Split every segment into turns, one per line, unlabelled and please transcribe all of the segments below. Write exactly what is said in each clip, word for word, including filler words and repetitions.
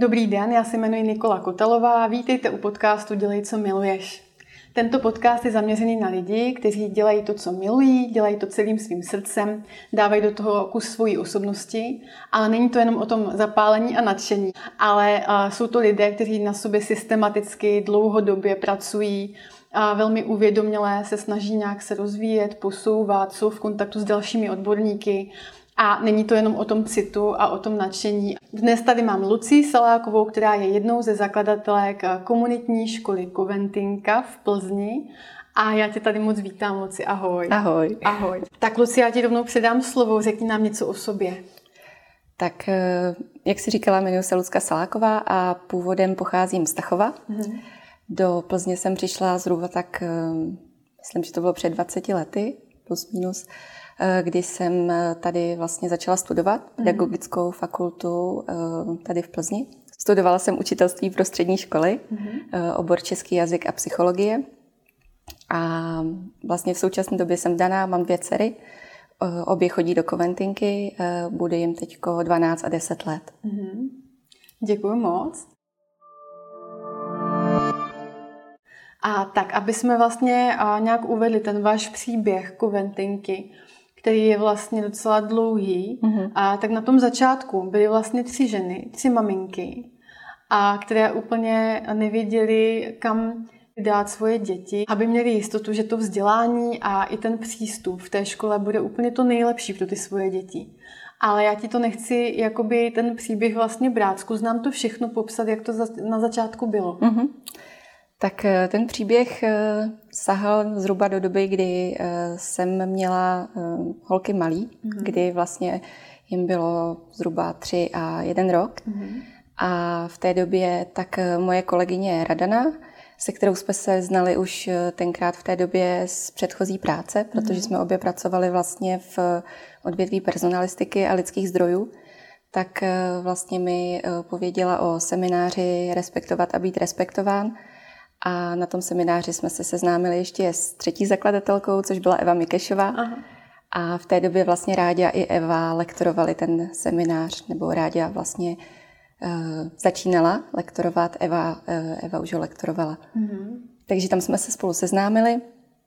Dobrý den, já se jmenuji Nikola Kotalová, vítejte u podcastu Dělej, co miluješ. Tento podcast je zaměřený na lidi, kteří dělají to, co milují, dělají to celým svým srdcem, dávají do toho kus svojí osobnosti, ale není to jenom o tom zapálení a nadšení, ale uh, jsou to lidé, kteří na sobě systematicky dlouhodobě pracují, a velmi uvědoměle se snaží nějak se rozvíjet, posouvat, jsou v kontaktu s dalšími odborníky. A není to jenom o tom citu a o tom nadšení. Dnes tady mám Lucii Salákovou, která je jednou ze zakladatelek komunitní školy Coventinka v Plzni. A já tě tady moc vítám, Luci, ahoj.
Ahoj.
Ahoj. Tak Luci, já ti rovnou předám slovo, řekni nám něco o sobě.
Tak, jak jsi říkala, jmenuji se Lucka Saláková a původem pocházím z Tachova. Mm-hmm. Do Plzně jsem přišla zhruba tak, myslím, že to bylo před dvaceti lety, plus minus, kdy jsem tady vlastně začala studovat pedagogickou fakultu tady v Plzni. Studovala jsem učitelství pro střední školy, mm-hmm. obor český jazyk a psychologie. A vlastně v současné době jsem vdaná, mám dvě dcery, obě chodí do Coventinky, bude jim teďko dvanáct a deset let.
Mm-hmm. Děkuji moc. A tak, aby jsme vlastně nějak uvedli ten váš příběh Coventinky, který je vlastně docela dlouhý. Mm-hmm. A tak na tom začátku byly vlastně tři ženy, tři maminky, a které úplně nevěděly, kam dát svoje děti, aby měly jistotu, že to vzdělání a i ten přístup v té škole bude úplně to nejlepší pro ty svoje děti. Ale já ti to nechci jakoby ten příběh vlastně brát. Zkus nám to všechno popsat, jak to na začátku bylo.
Mm-hmm. Tak ten příběh sahal zhruba do doby, kdy jsem měla holky malý, mm-hmm. kdy vlastně jim bylo zhruba tři a jeden rok. Mm-hmm. A v té době tak moje kolegyně Radana, se kterou jsme se znali už tenkrát v té době z předchozí práce, protože jsme obě pracovali vlastně v odvětví personalistiky a lidských zdrojů, tak vlastně mi pověděla o semináři Respektovat a být respektován. A na tom semináři jsme se seznámili ještě s třetí zakladatelkou, což byla Eva Mikešová. Aha. A v té době vlastně Ráďa i Eva lektorovali ten seminář, nebo Ráďa vlastně uh, začínala lektorovat, Eva, uh, Eva už ho lektorovala. Mhm. Takže tam jsme se spolu seznámili.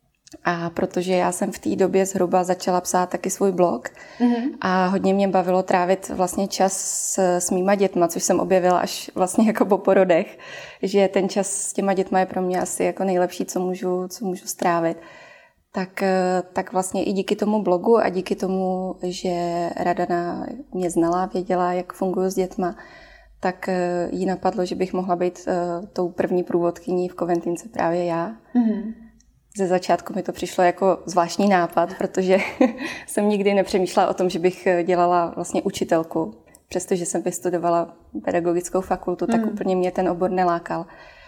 A protože já jsem v té době zhruba začala psát taky svůj blog mm-hmm. a hodně mě bavilo trávit vlastně čas s, s mýma dětma, což jsem objevila až vlastně jako po porodech, že ten čas s těma dětma je pro mě asi jako nejlepší, co můžu, co můžu strávit. Tak, tak vlastně i díky tomu blogu a díky tomu, že Radana mě znala, věděla, jak funguji s dětma, tak jí napadlo, že bych mohla být tou první průvodkyní v Coventince právě já. Mm-hmm. Ze začátku mi to přišlo jako zvláštní nápad, protože jsem nikdy nepřemýšlela o tom, že bych dělala vlastně učitelku. Přestože jsem vystudovala pedagogickou fakultu, tak mm. úplně mě ten obor nelákal.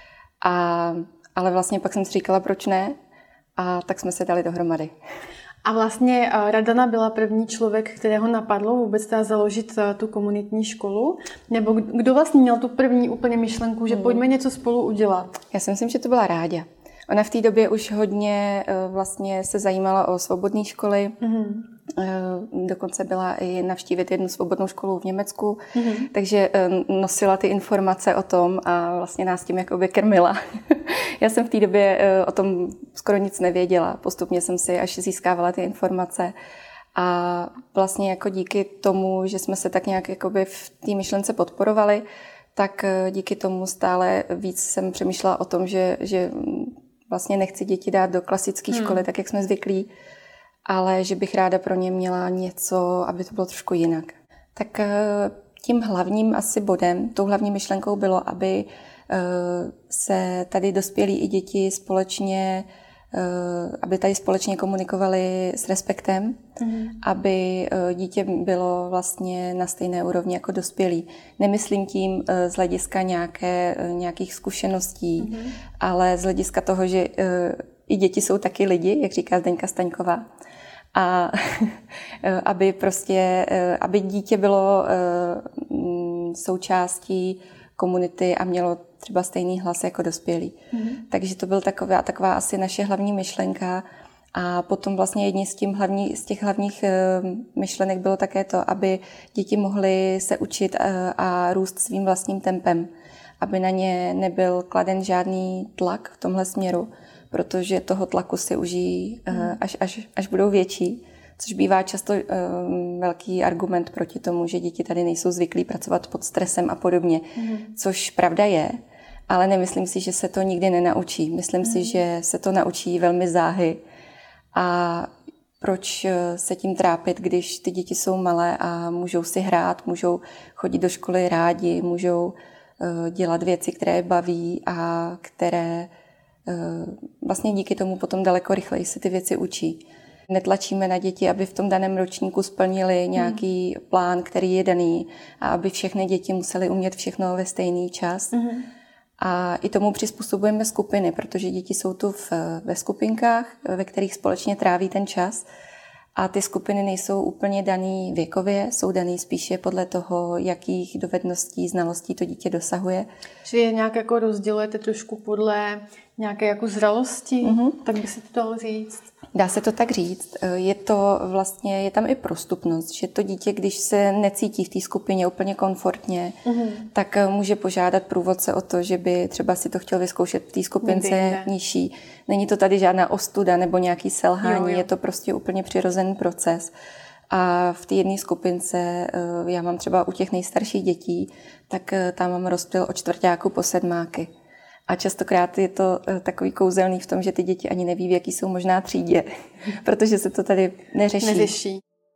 A, ale vlastně pak jsem si říkala, proč ne? A tak jsme se dali dohromady.
A vlastně Radana byla první člověk, kterého napadlo vůbec teda založit tu komunitní školu? Nebo kdo vlastně měl tu první úplně myšlenku, že mm. pojďme něco spolu udělat?
Já si myslím, že to byla Ráďa. Ona v té době už hodně vlastně se zajímala o svobodné školy. Mm-hmm. Dokonce byla i navštívit jednu svobodnou školu v Německu. Mm-hmm. Takže nosila ty informace o tom a vlastně nás tím jakoby krmila. Já jsem v té době o tom skoro nic nevěděla. Postupně jsem si až získávala ty informace. A vlastně jako díky tomu, že jsme se tak nějak jakoby v té myšlence podporovali, tak díky tomu stále víc jsem přemýšlela o tom, že, že vlastně nechci děti dát do klasické školy, hmm. tak jak jsme zvyklí, ale že bych ráda pro ně měla něco, aby to bylo trošku jinak. Tak tím hlavním asi bodem, tou hlavní myšlenkou bylo, aby se tady dospělí i děti společně, aby tady společně komunikovali s respektem, mm. aby dítě bylo vlastně na stejné úrovni jako dospělí. Nemyslím tím z hlediska nějaké, nějakých zkušeností, mm. ale z hlediska toho, že i děti jsou taky lidi, jak říká Zdeňka Staňková. A aby prostě, aby dítě bylo součástí komunity a mělo třeba stejný hlas jako dospělí. Mm. Takže to byla taková, taková asi naše hlavní myšlenka A potom vlastně jedním z, tím hlavní, z těch hlavních myšlenek bylo také to, aby děti mohly se učit a růst svým vlastním tempem, aby na ně nebyl kladen žádný tlak v tomhle směru, protože toho tlaku si užijí, až, až, až budou větší, což bývá často velký argument proti tomu, že děti tady nejsou zvyklí pracovat pod stresem a podobně, mm. což pravda je, ale nemyslím si, že se to nikdy nenaučí. Myslím mm. si, že se to naučí velmi záhy. A proč se tím trápit, když ty děti jsou malé a můžou si hrát, můžou chodit do školy rádi, můžou dělat věci, které je baví a které vlastně díky tomu potom daleko rychleji se ty věci učí. Netlačíme na děti, aby v tom daném ročníku splnili nějaký mm. plán, který je daný a aby všechny děti musely umět všechno ve stejný čas. Mm. A i tomu přizpůsobujeme skupiny, protože děti jsou tu v, ve skupinkách, ve kterých společně tráví ten čas. A ty skupiny nejsou úplně daný věkově, jsou daný spíše podle toho, jakých dovedností, znalostí to dítě dosahuje.
Čili je nějak jako rozdělujete trošku podle nějaké jako zralosti, mm-hmm. tak by se to dalo říct?
Dá se to tak říct. Je to vlastně, je tam i prostupnost, že to dítě, když se necítí v té skupině úplně komfortně, mm-hmm. tak může požádat průvodce o to, že by třeba si to chtěl vyzkoušet v té skupince nižší. Není to tady žádná ostuda nebo nějaký selhání, jo, jo. Je to prostě úplně přirozený proces. A v té jedné skupince, já mám třeba u těch nejstarších dětí, tak tam mám rozptyl od čtvrťáku po sedmáky. A častokrát je to takový kouzelný v tom, že ty děti ani neví, v jaký jsou možná třídě, protože se to tady neřeší.
neřeší.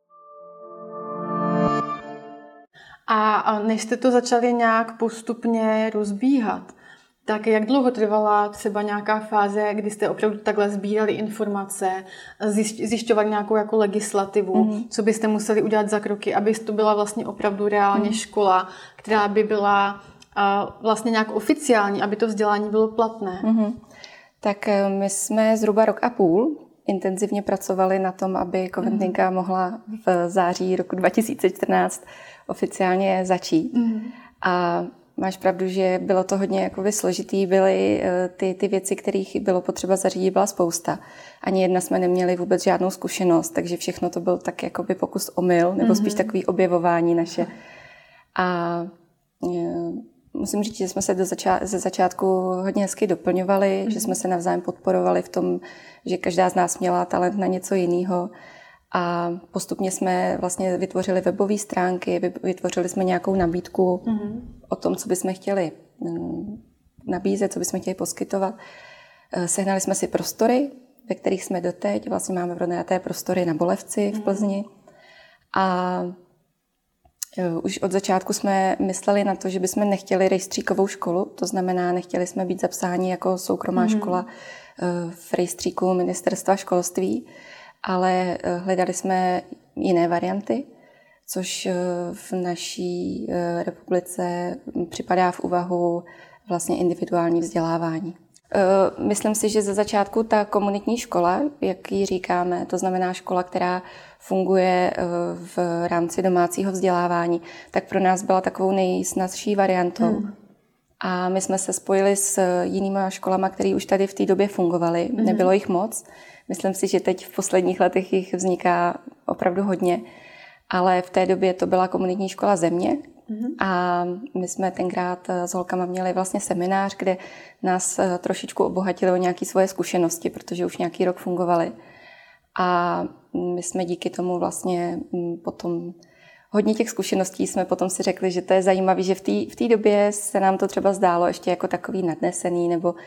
A než jste to začali nějak postupně rozbíhat, tak jak dlouho trvala třeba nějaká fáze, kdy jste opravdu takhle sbírali informace, zjišťovali nějakou jako legislativu, mm-hmm. co byste museli udělat za kroky, aby to byla vlastně opravdu reálně mm-hmm. škola, která by byla a vlastně nějak oficiální, aby to vzdělání bylo platné?
Mm-hmm. Tak my jsme zhruba rok a půl intenzivně pracovali na tom, aby Coventinka mm-hmm. mohla v září roku dva tisíce čtrnáct oficiálně začít. Mm-hmm. A máš pravdu, že bylo to hodně jakoby složitý, byly ty, ty věci, kterých bylo potřeba zařídit, byla spousta. Ani jedna jsme neměli vůbec žádnou zkušenost, takže všechno to byl tak jakoby pokus omyl, nebo mm-hmm. spíš takový objevování naše. A musím říct, že jsme se do začá- ze začátku hodně hezky doplňovali, mm. že jsme se navzájem podporovali v tom, že každá z nás měla talent na něco jiného. A postupně jsme vlastně vytvořili webové stránky, vytvořili jsme nějakou nabídku mm. o tom, co bychom chtěli nabízet, co bychom chtěli poskytovat. Sehnali jsme si prostory, ve kterých jsme doteď. Vlastně máme pronajaté prostory na Bolevci v Plzni. A už od začátku jsme mysleli na to, že bychom nechtěli rejstříkovou školu, to znamená, nechtěli jsme být zapsáni jako soukromá mm-hmm. škola v rejstříku Ministerstva školství, ale hledali jsme jiné varianty, což v naší republice připadá v úvahu vlastně individuální vzdělávání. Myslím si, že ze začátku ta komunitní škola, jak ji říkáme, to znamená škola, která funguje v rámci domácího vzdělávání, tak pro nás byla takovou nejsnazší variantou. Hmm. A my jsme se spojili s jinými školami, které už tady v té době fungovaly. Hmm. Nebylo jich moc. Myslím si, že teď v posledních letech jich vzniká opravdu hodně. Ale v té době to byla komunitní škola Země. Mm-hmm. A my jsme tenkrát s holkama měli vlastně seminář, kde nás trošičku obohatili o nějaké svoje zkušenosti, protože už nějaký rok fungovaly. A my jsme díky tomu vlastně potom hodně těch zkušeností jsme potom si řekli, že to je zajímavé, že v té v té době se nám to třeba zdálo ještě jako takový nadnesený, nebo uh,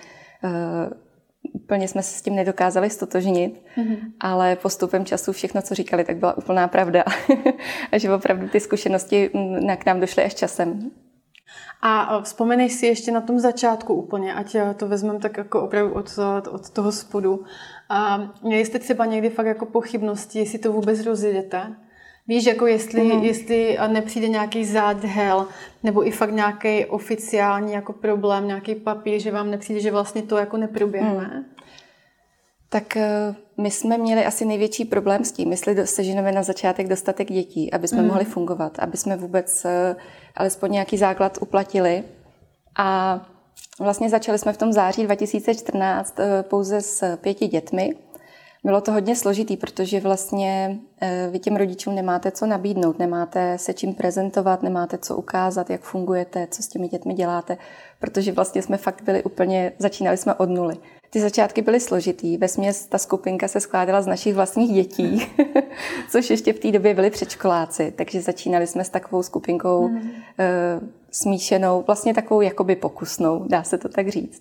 úplně jsme se s tím nedokázali stotožnit, mm-hmm. ale postupem času všechno, co říkali, tak byla úplná pravda. A že opravdu ty zkušenosti k nám došly až časem.
A vzpomeneš si ještě na tom začátku úplně, ať to vezmeme tak jako opravdu od, od toho spodu. A měli jste třeba někdy fakt jako pochybnosti, jestli to vůbec rozjedete? Víš, jako jestli, mm. jestli nepřijde nějaký zádhel, nebo i fakt nějaký oficiální jako problém, nějaký papír, že vám nepřijde, že vlastně to jako neproběhne? Mm.
Tak my jsme měli asi největší problém s tím, jestli seženeme na začátek dostatek dětí, aby jsme mm. mohli fungovat, aby jsme vůbec alespoň nějaký základ uplatili. A vlastně začali jsme v tom září dva tisíce čtrnáct pouze s pěti dětmi. Bylo to hodně složitý, protože vlastně vy těm rodičům nemáte co nabídnout, nemáte se čím prezentovat, nemáte co ukázat, jak fungujete, co s těmi dětmi děláte, protože vlastně jsme fakt byli úplně, začínali jsme od nuly. Ty začátky byly složitý, vesměs ta skupinka se skládala z našich vlastních dětí, což ještě v té době byli předškoláci, takže začínali jsme s takovou skupinkou mm. e, smíšenou, vlastně takovou jakoby pokusnou, dá se to tak říct.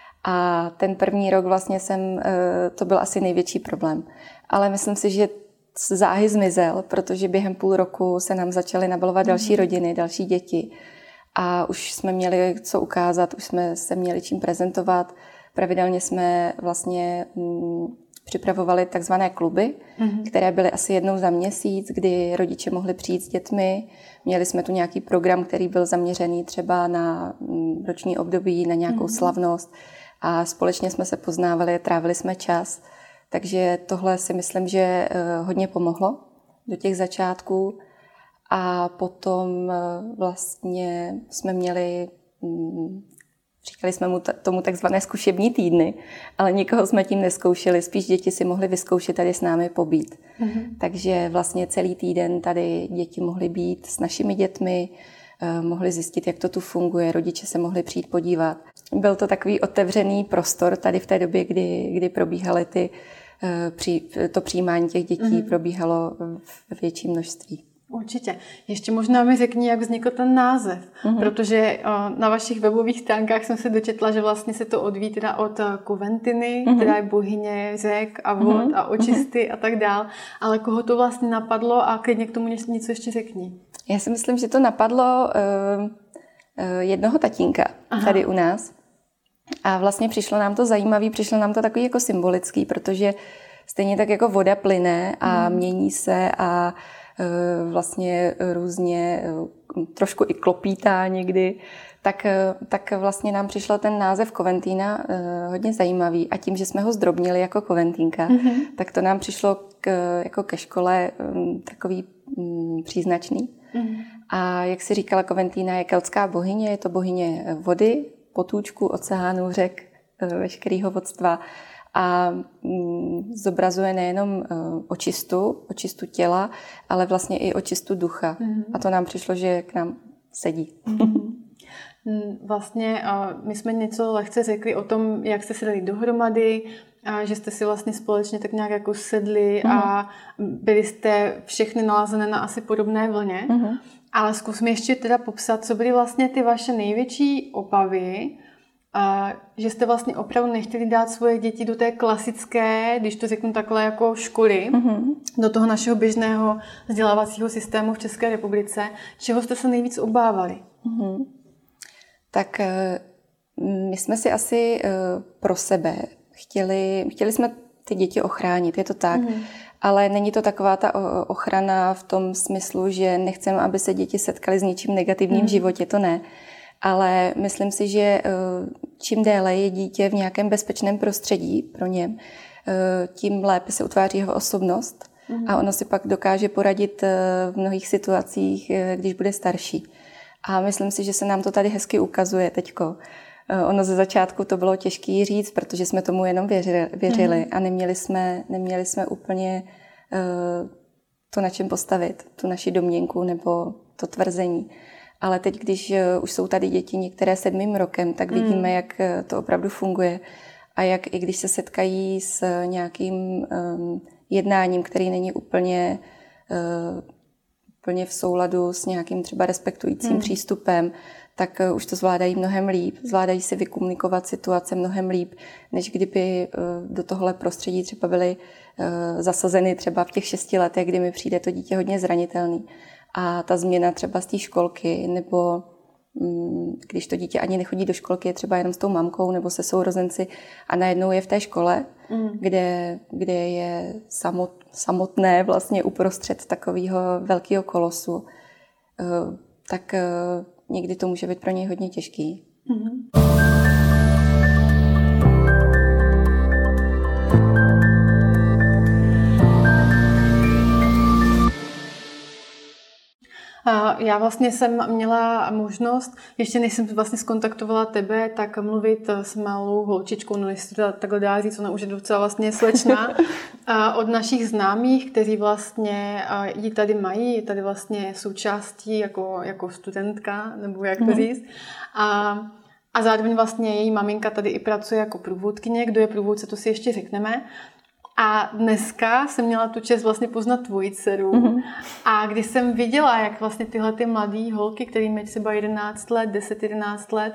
A ten první rok vlastně jsem, e, to byl asi největší problém. Ale myslím si, že záhy zmizel, protože během půl roku se nám začaly nabalovat mm. další rodiny, další děti a už jsme měli co ukázat, už jsme se měli čím prezentovat. Pravidelně jsme vlastně m, připravovali takzvané kluby, mm-hmm. které byly asi jednou za měsíc, kdy rodiče mohli přijít s dětmi. Měli jsme tu nějaký program, který byl zaměřený třeba na m, roční období, na nějakou mm-hmm. slavnost a společně jsme se poznávali, trávili jsme čas. Takže tohle si myslím, že uh, hodně pomohlo do těch začátků. A potom uh, vlastně jsme měli... Um, Říkali jsme mu t- tomu takzvané zkušební týdny, ale nikoho jsme tím neskoušeli, spíš děti si mohly vyzkoušet tady s námi pobít. Mm-hmm. Takže vlastně celý týden tady děti mohly být s našimi dětmi, eh, mohly zjistit, jak to tu funguje, rodiče se mohli přijít podívat. Byl to takový otevřený prostor tady v té době, kdy, kdy probíhaly ty, eh, při, to přijímání těch dětí, mm-hmm. probíhalo v větším množství.
Určitě. Ještě možná mi řekni, jak vznikl ten název, mm-hmm. protože uh, na vašich webových stránkách jsem se dočetla, že vlastně se to odvíjí teda od Coventiny, mm-hmm. která je bohyně řek a vod mm-hmm. a očisty mm-hmm. a tak dál, ale koho to vlastně napadlo a klidně k tomu něco ještě řekni.
Já si myslím, že to napadlo uh, uh, jednoho tatínka Aha. tady u nás a vlastně přišlo nám to zajímavý, přišlo nám to takový jako symbolický, protože stejně tak jako voda plyne a mm. mění se a vlastně různě trošku i klopítá někdy, tak, tak vlastně nám přišel ten název Coventina hodně zajímavý a tím, že jsme ho zdrobnili jako Coventínka, mm-hmm. tak to nám přišlo k, jako ke škole takový příznačný. Mm-hmm. A jak si říkala, Coventina je keltská bohyně, je to bohyně vody, potůčku, oceánů, řek, veškerého vodstva. A mm, zobrazuje nejenom uh, očistu, očistu těla, ale vlastně i očistu ducha. Mm-hmm. A to nám přišlo, že k nám sedí.
Mm-hmm. Vlastně uh, my jsme něco lehce řekli o tom, jak jste se dali dohromady, a že jste si vlastně společně tak nějak jako sedli mm-hmm. a byli jste všechny nalazené na asi podobné vlně. Mm-hmm. Ale zkus mi ještě teda popsat, co byly vlastně ty vaše největší obavy, a že jste vlastně opravdu nechtěli dát svoje děti do té klasické, když to řeknu takhle, jako školy, mm-hmm. do toho našeho běžného vzdělávacího systému v České republice. Čeho jste se nejvíc obávali?
Mm-hmm. Tak my jsme si asi pro sebe chtěli, chtěli jsme ty děti ochránit, je to tak, mm-hmm. ale není to taková ta ochrana v tom smyslu, že nechceme, aby se děti setkaly s něčím negativním mm-hmm. v životě, to ne. Ale myslím si, že čím déle je dítě v nějakém bezpečném prostředí pro ně, tím lépe se utváří jeho osobnost mm-hmm. a ono si pak dokáže poradit v mnohých situacích, když bude starší. A myslím si, že se nám to tady hezky ukazuje teďko. Ono ze začátku to bylo těžké říct, protože jsme tomu jenom věřili, věřili mm-hmm. a neměli jsme, neměli jsme úplně to, na čem postavit, tu naši domněnku nebo to tvrzení. Ale teď, když už jsou tady děti některé sedmým rokem, tak vidíme, mm. jak to opravdu funguje a jak i když se setkají s nějakým um, jednáním, který není úplně, uh, úplně v souladu s nějakým třeba respektujícím mm. přístupem, tak uh, už to zvládají mnohem líp. Zvládají si vykomunikovat situace mnohem líp, než kdyby uh, do tohle prostředí třeba byly uh, zasazeny třeba v těch šesti letech, kdy mi přijde to dítě hodně zranitelný. A ta změna třeba z té školky, nebo mm, když to dítě ani nechodí do školky, je třeba jenom s tou mamkou nebo se sourozenci a najednou je v té škole, mm. kde, kde je samot, samotné vlastně uprostřed takového velkého kolosu, uh, tak uh, někdy to může být pro něj hodně těžký. Mm.
já vlastně jsem měla možnost, ještě než jsem vlastně skontaktovala tebe, tak mluvit s malou holčičkou, no jestli to takhle dá říct, ona už je docela vlastně slečná, od našich známých, kteří vlastně ji tady mají, je tady vlastně součástí jako, jako studentka, nebo jak to říct. A, a zároveň vlastně její maminka tady i pracuje jako průvodkyně, kdo je průvodce, to si ještě řekneme. A dneska jsem měla tu čest vlastně poznat tvoji dceru. Mm-hmm. A když jsem viděla, jak vlastně tyhle ty mladé holky, které mají třeba jedenáct let, deset jedenáct let,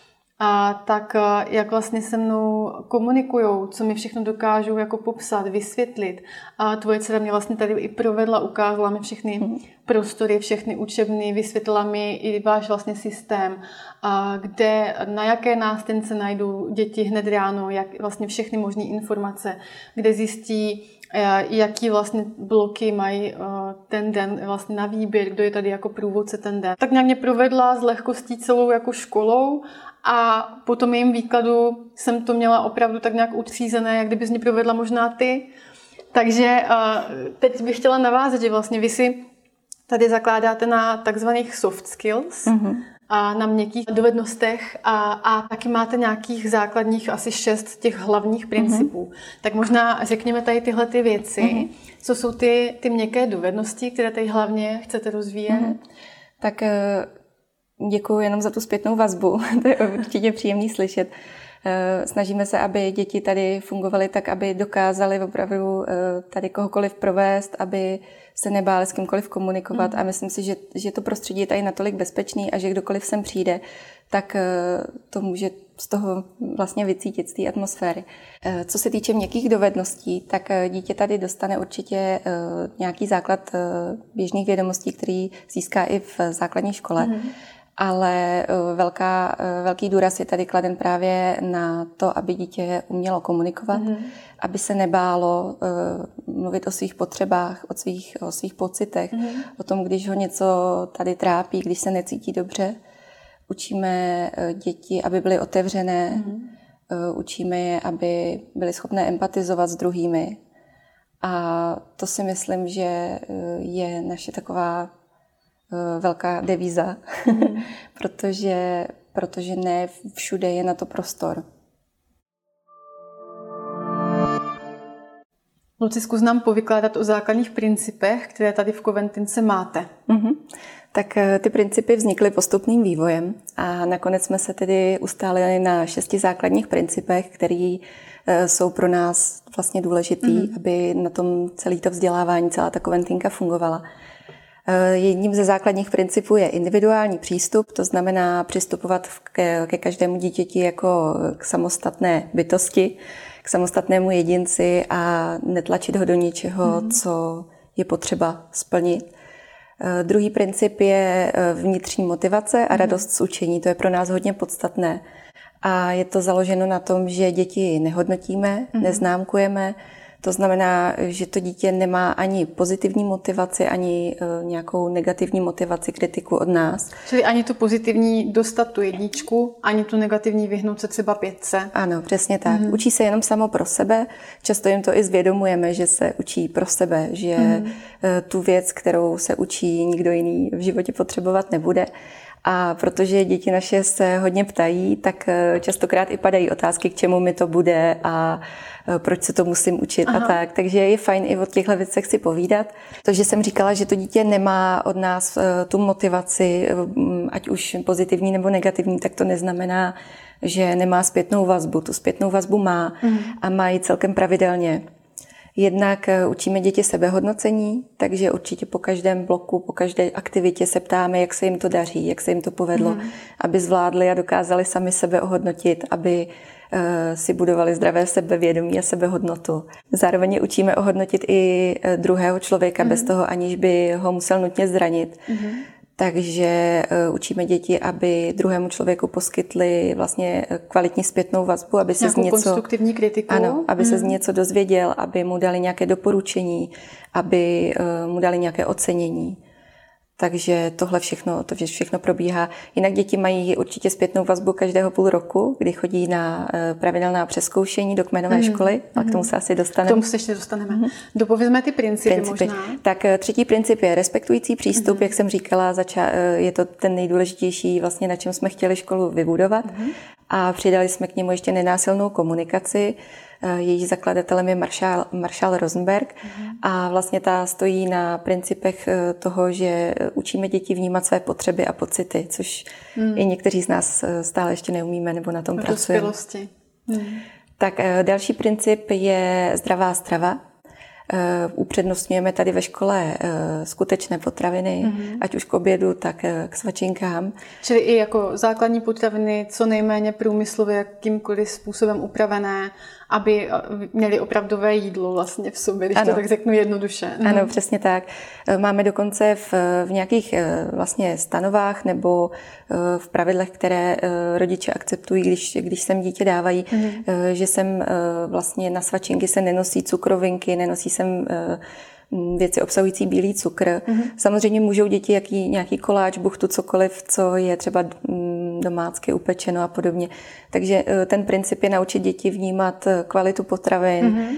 a tak jak vlastně se mnou komunikujou, co mi všechno dokážou jako popsat, vysvětlit. A tvoje dcera mě vlastně tady i provedla, ukázala mi všechny mm. prostory, všechny učebny, vysvětlila mi i váš vlastně systém, a kde, na jaké nástence najdou děti hned ráno, jak vlastně všechny možné informace, kde zjistí, jaký vlastně bloky mají ten den vlastně na výběr, kdo je tady jako průvodce ten den. Tak nějak mě provedla s lehkostí celou jako školou a po tom jejím výkladu jsem to měla opravdu tak nějak utřízené, jak kdyby z ní provedla možná ty. Takže teď bych chtěla navázat, že vlastně vy si tady zakládáte na takzvaných soft skills, mm-hmm. a na měkkých dovednostech a, a taky máte nějakých základních asi šest těch hlavních principů. Mm-hmm. Tak možná řekněme tady tyhle ty věci, mm-hmm. co jsou ty, ty měkké dovednosti, které tady hlavně chcete rozvíjet. Mm-hmm.
Tak děkuji jenom za tu zpětnou vazbu, to je určitě příjemný slyšet. Snažíme se, aby děti tady fungovaly tak, aby dokázaly opravdu tady kohokoliv provést, aby se nebáli s kýmkoliv komunikovat mm. a myslím si, že, že to prostředí je tady natolik bezpečný a že kdokoliv sem přijde, tak to může z toho vlastně vycítit, z té atmosféry. Co se týče měkkých dovedností, tak dítě tady dostane určitě nějaký základ běžných vědomostí, který získá i v základní škole. Mm. Ale velká, velký důraz je tady kladen právě na to, aby dítě umělo komunikovat, mm. aby se nebálo uh, mluvit o svých potřebách, o svých, o svých pocitech, mm. o tom, když ho něco tady trápí, když se necítí dobře. Učíme děti, aby byly otevřené, mm. uh, učíme je, aby byly schopné empatizovat s druhými. A to si myslím, že je naše taková velká devíza, mm. protože, protože ne všude je na to prostor.
Luci, zkus nám povykládat o základních principech, které tady v Coventince máte.
Mm-hmm. Tak ty principy vznikly postupným vývojem a nakonec jsme se tedy ustálili na šesti základních principech, které jsou pro nás vlastně důležitý, mm-hmm. aby na tom celé to vzdělávání, celá ta Coventinka fungovala. Jedním ze základních principů je individuální přístup, to znamená přistupovat ke, ke každému dítěti jako k samostatné bytosti, k samostatnému jedinci a netlačit ho do něčeho, mm. co je potřeba splnit. Druhý princip je vnitřní motivace a radost z učení. To je pro nás hodně podstatné. A je to založeno na tom, že děti nehodnotíme, mm. neznámkujeme. To znamená, že to dítě nemá ani pozitivní motivaci, ani uh, nějakou negativní motivaci, kritiku od nás.
Čili ani tu pozitivní dostat tu jedničku, ani tu negativní vyhnout se třeba pětce.
Ano, přesně tak. Mm-hmm. Učí se jenom samo pro sebe. Často jim to i zvědomujeme, že se učí pro sebe, že mm-hmm. uh, tu věc, kterou se učí, nikdo jiný v životě potřebovat nebude. A protože děti naše se hodně ptají, tak častokrát i padají otázky, k čemu mi to bude a proč se to musím učit. Aha. A tak. Takže je fajn i o těchto věcech si povídat. Takže jsem říkala, že to dítě nemá od nás tu motivaci, ať už pozitivní nebo negativní, tak to neznamená, že nemá zpětnou vazbu. Tu zpětnou vazbu má mhm. a má ji celkem pravidelně. Jednak učíme děti sebehodnocení, takže určitě po každém bloku, po každé aktivitě se ptáme, jak se jim to daří, jak se jim to povedlo, mm. aby zvládli a dokázali sami sebe ohodnotit, aby uh, si budovali zdravé sebevědomí a sebehodnotu. Zároveň učíme ohodnotit i druhého člověka mm. bez toho, aniž by ho musel nutně zranit. Mm. Takže uh, učíme děti, aby druhému člověku poskytli vlastně kvalitní zpětnou vazbu, aby se z něco
konstruktivní kritiku.
Ano, aby mm. se z něco dozvěděl, aby mu dali nějaké doporučení, aby uh, mu dali nějaké ocenění. Takže tohle všechno, to všechno probíhá. Jinak děti mají určitě zpětnou vazbu každého půl roku, kdy chodí na pravidelná přezkoušení do kmenové mm. školy, a k tomu se asi dostaneme.
K tomu se ještě dostaneme. Mm. Dopovězme ty principy, principy možná.
Tak třetí princip je respektující přístup, mm. jak jsem říkala, zača- je to ten nejdůležitější, vlastně na čem jsme chtěli školu vybudovat. Mm. A přidali jsme k němu ještě nenásilnou komunikaci. Její zakladatelem je Marshall, Marshall Rosenberg mm. a vlastně ta stojí na principech toho, že učíme děti vnímat své potřeby a pocity, což mm. i někteří z nás stále ještě neumíme nebo na tom pracujeme. Mm. Tak další princip je zdravá strava. Upřednostňujeme tady ve škole skutečné potraviny, mm-hmm. ať už k obědu, tak k svačinkám.
Čili i jako základní potraviny, co nejméně průmyslově, jakýmkoliv způsobem upravené, aby měli opravdové jídlo vlastně v sobě, když ano. to tak řeknu jednoduše.
Ano, mm. přesně tak. Máme dokonce v, v nějakých vlastně stanovách nebo v pravidlech, které rodiče akceptují, když, když sem dítě dávají, mm. že sem vlastně na svačinky se nenosí cukrovinky, nenosí sem věci obsahující bílý cukr. Mm-hmm. Samozřejmě můžou děti jaký, nějaký koláč, buchtu, cokoliv, co je třeba domácky upečeno a podobně. Takže ten princip je naučit děti vnímat kvalitu potravin, mm-hmm.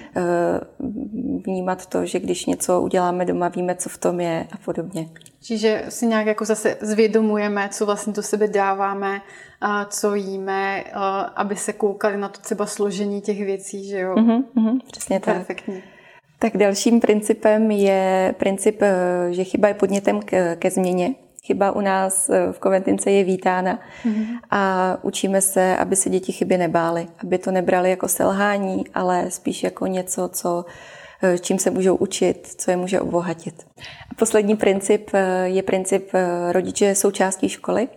vnímat to, že když něco uděláme doma, víme, co v tom je a podobně.
Čiže si nějak jako zase zvědomujeme, co vlastně do sebe dáváme, co jíme, aby se koukali na to třeba složení těch věcí, že jo?
Mm-hmm, mm-hmm, přesně tak.
Perfektní.
Tak dalším principem je princip, že chyba je podnětem ke, ke změně. Chyba u nás v Coventince je vítána mm-hmm. a učíme se, aby se děti chyby nebály, aby to nebrali jako selhání, ale spíš jako něco, co, čím se můžou učit, co je může obohatit. A poslední princip je princip rodiče součástí školy.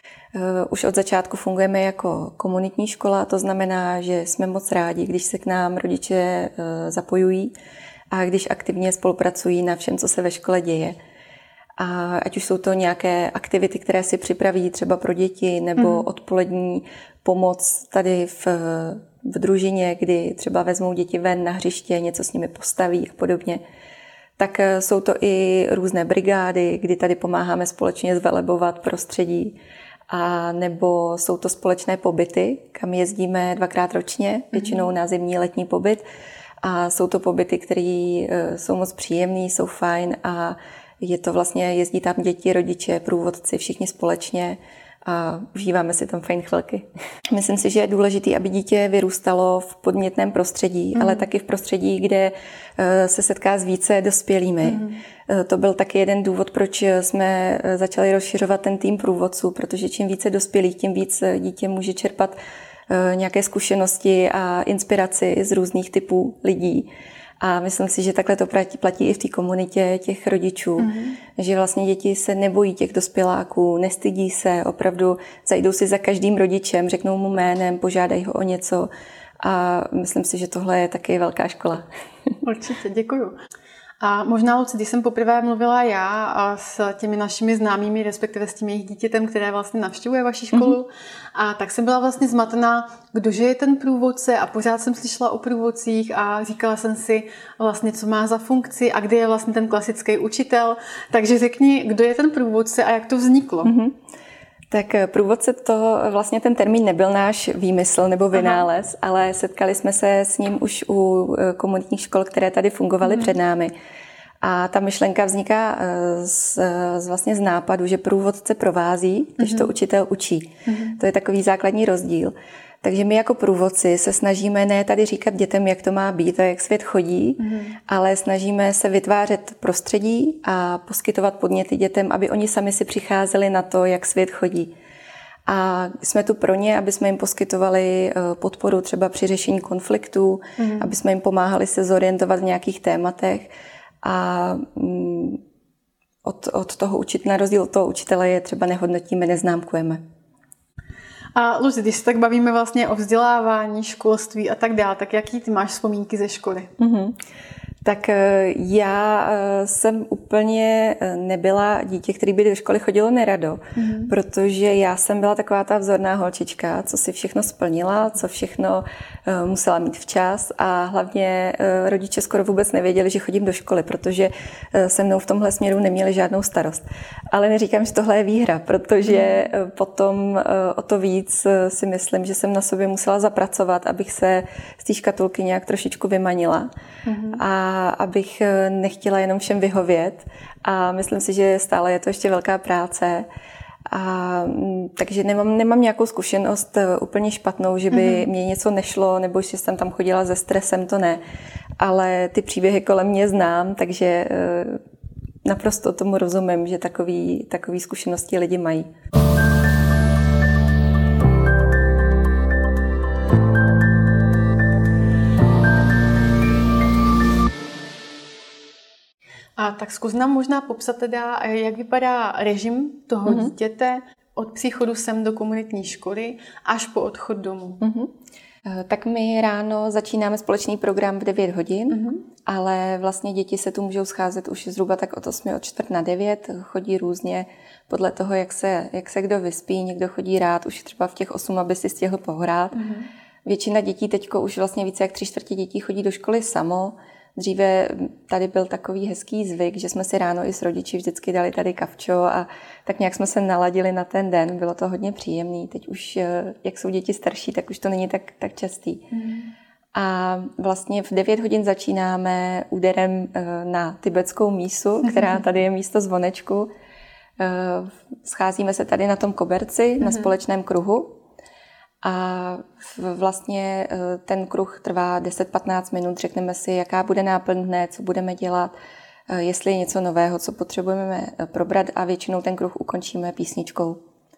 Už od začátku fungujeme jako komunitní škola, to znamená, že jsme moc rádi, když se k nám rodiče zapojují a když aktivně spolupracují na všem, co se ve škole děje. A ať už jsou to nějaké aktivity, které si připraví třeba pro děti, nebo mm. odpolední pomoc tady v, v družině, kdy třeba vezmou děti ven na hřiště, něco s nimi postaví a podobně. Tak jsou to i různé brigády, kdy tady pomáháme společně zvelebovat prostředí. A nebo jsou to společné pobyty, kam jezdíme dvakrát ročně, většinou na zimní letní pobyt. A jsou to pobyty, které jsou moc příjemné, jsou fajn a je to vlastně, jezdí tam děti, rodiče, průvodci, všichni společně a užíváme si tam fajn chvilky. Myslím si, že je důležité, aby dítě vyrůstalo v podnětném prostředí, mm. ale taky v prostředí, kde se setká s více dospělými. Mm. To byl taky jeden důvod, proč jsme začali rozšiřovat ten tým průvodců, protože čím více dospělých, tím víc dítě může čerpat nějaké zkušenosti a inspiraci z různých typů lidí. A myslím si, že takhle to platí, platí i v té komunitě těch rodičů, mm-hmm. že vlastně děti se nebojí těch dospěláků, nestydí se, opravdu zajdou si za každým rodičem, řeknou mu jménem, požádají ho o něco a myslím si, že tohle je taky velká škola.
Určitě, děkuju. A možná, Luci, když jsem poprvé mluvila já a s těmi našimi známými, respektive s tím jejich dítětem, které vlastně navštěvuje vaši školu, mm-hmm. a tak jsem byla vlastně zmatená, kdože je ten průvodce a pořád jsem slyšela o průvodcích a říkala jsem si vlastně, co má za funkci a kde je vlastně ten klasický učitel. Takže řekni, kdo je ten průvodce a jak to vzniklo. Mm-hmm.
Tak průvodce, to vlastně ten termín nebyl náš výmysl nebo vynález, Aha. ale setkali jsme se s ním už u komunitních škol, které tady fungovaly mm. před námi. A ta myšlenka vzniká z, z, vlastně z nápadu, že průvodce provází, když mm. to učitel učí. Mm. To je takový základní rozdíl. Takže my jako průvodci se snažíme ne tady říkat dětem, jak to má být a jak svět chodí, mm. ale snažíme se vytvářet prostředí a poskytovat podněty dětem, aby oni sami si přicházeli na to, jak svět chodí. A jsme tu pro ně, aby jsme jim poskytovali podporu třeba při řešení konfliktů, mm. aby jsme jim pomáhali se zorientovat v nějakých tématech. A od, od toho učit, na rozdíl od toho učitele je třeba nehodnotíme, neznámkujeme.
A Luci, když se tak bavíme vlastně o vzdělávání, školství a tak dále, tak jaký ty máš vzpomínky ze školy?
Mm-hmm. Tak já jsem úplně nebyla dítě, který by do školy chodilo nerado, mm. protože já jsem byla taková ta vzorná holčička, co si všechno splnila, co všechno musela mít včas a hlavně rodiče skoro vůbec nevěděli, že chodím do školy, protože se mnou v tomhle směru neměli žádnou starost. Ale neříkám, že tohle je výhra, protože mm. potom o to víc si myslím, že jsem na sobě musela zapracovat, abych se z té škatulky nějak trošičku vymanila. Mm. A abych nechtěla jenom všem vyhovět a myslím si, že stále je to ještě velká práce. A, takže nemám, nemám nějakou zkušenost úplně špatnou, že by mm-hmm. mě něco nešlo nebo že jsem tam chodila se stresem, to ne. Ale ty příběhy kolem mě znám, takže naprosto tomu rozumím, že takový, takový zkušenosti lidi mají.
A tak zkus nám možná popsat teda, jak vypadá režim toho mm-hmm. dítěte od příchodu sem do komunitní školy až po odchod domů.
Mm-hmm. Tak my ráno začínáme společný program v devět hodin, mm-hmm. ale vlastně děti se tu můžou scházet už zhruba tak od osmi, od čtvrt na devět, chodí různě podle toho, jak se, jak se kdo vyspí, někdo chodí rád už třeba v těch osm, aby si stihl pohrát. Mm-hmm. Většina dětí teďko už vlastně více jak tři čtvrtě dětí chodí do školy samo. Dříve tady byl takový hezký zvyk, že jsme si ráno i s rodiči vždycky dali tady kavčo a tak nějak jsme se naladili na ten den. Bylo to hodně příjemný. Teď už, jak jsou děti starší, tak už to není tak, tak častý. Mm. A vlastně v devět hodin začínáme úderem na tibetskou mísu, která tady je místo zvonečku. Scházíme se tady na tom koberci, mm. na společném kruhu. A vlastně ten kruh trvá deset patnáct minut, řekneme si, jaká bude náplň dne, co budeme dělat, jestli je něco nového, co potřebujeme probrat a většinou ten kruh ukončíme písničkou.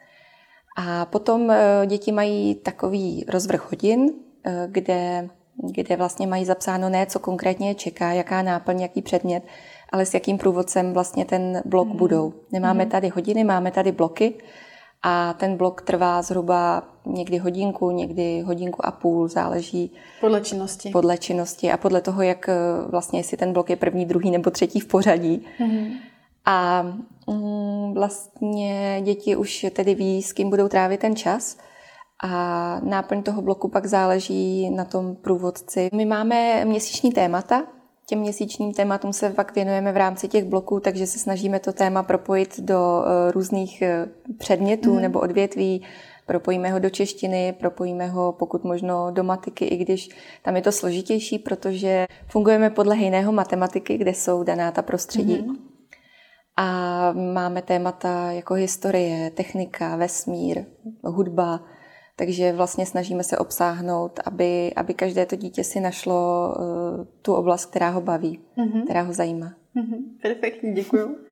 A potom děti mají takový rozvrh hodin, kde, kde vlastně mají zapsáno ne, co konkrétně čeká, jaká náplň, jaký předmět, ale s jakým průvodcem vlastně ten blok mm. budou. Nemáme mm. tady hodiny, máme tady bloky. A ten blok trvá zhruba někdy hodinku, někdy hodinku a půl, záleží
podle činnosti.
Podle činnosti a podle toho, jak vlastně, jestli ten blok je první, druhý nebo třetí v pořadí. Mm-hmm. A mm, vlastně děti už tedy ví, s kým budou trávit ten čas. A náplň toho bloku pak záleží na tom průvodci. My máme měsíční témata. Těm měsíčním tématům se pak věnujeme v rámci těch bloků, takže se snažíme to téma propojit do různých předmětů mm. nebo odvětví. Propojíme ho do češtiny, propojíme ho pokud možno do matiky, i když tam je to složitější, protože fungujeme podle hejného matematiky, kde jsou daná ta prostředí. Mm. A máme témata jako historie, technika, vesmír, hudba. Takže vlastně snažíme se obsáhnout, aby, aby každé to dítě si našlo uh, tu oblast, která ho baví, mm-hmm. která ho zajímá.
Mm-hmm. Perfektní, děkuju. Uh,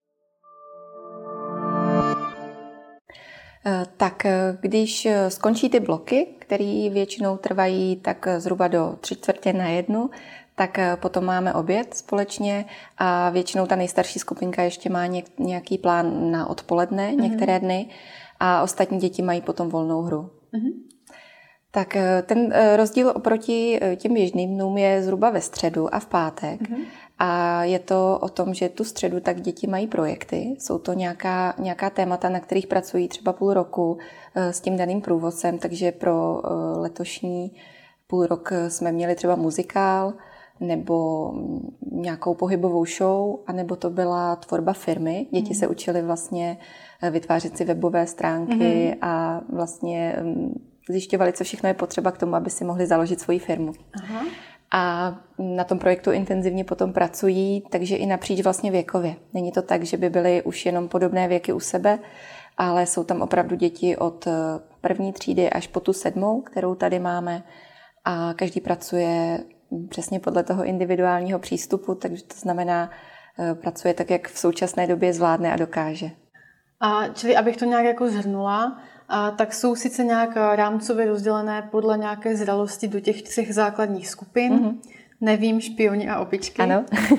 tak když skončí ty bloky, které většinou trvají tak zhruba do tři čtvrtě na jednu, tak potom máme oběd společně a většinou ta nejstarší skupinka ještě má nějaký plán na odpoledne, mm-hmm. některé dny a ostatní děti mají potom volnou hru. Mm-hmm. Tak ten rozdíl oproti těm běžným dnům je zhruba ve středu a v pátek. Mm-hmm. A je to o tom, že tu středu tak děti mají projekty. Jsou to nějaká, nějaká témata, na kterých pracují třeba půl roku s tím daným průvodcem, takže pro letošní půl rok jsme měli třeba muzikál nebo nějakou pohybovou show, anebo to byla tvorba firmy. Děti mm-hmm. se učily vlastně vytvářet si webové stránky mm-hmm. a vlastně zjišťovali, co všechno je potřeba k tomu, aby si mohli založit svoji firmu. Aha. A na tom projektu intenzivně potom pracují, takže i napříč vlastně věkově. Není to tak, že by byly už jenom podobné věky u sebe, ale jsou tam opravdu děti od první třídy až po tu sedmou, kterou tady máme. A každý pracuje přesně podle toho individuálního přístupu, takže to znamená, pracuje tak, jak v současné době zvládne a dokáže.
A čili, abych to nějak jako zhrnula, a tak jsou sice nějak rámcově rozdělené podle nějaké zralosti do těch třech základních skupin. Mm-hmm. Nevím, špioni a opičky.
Ano.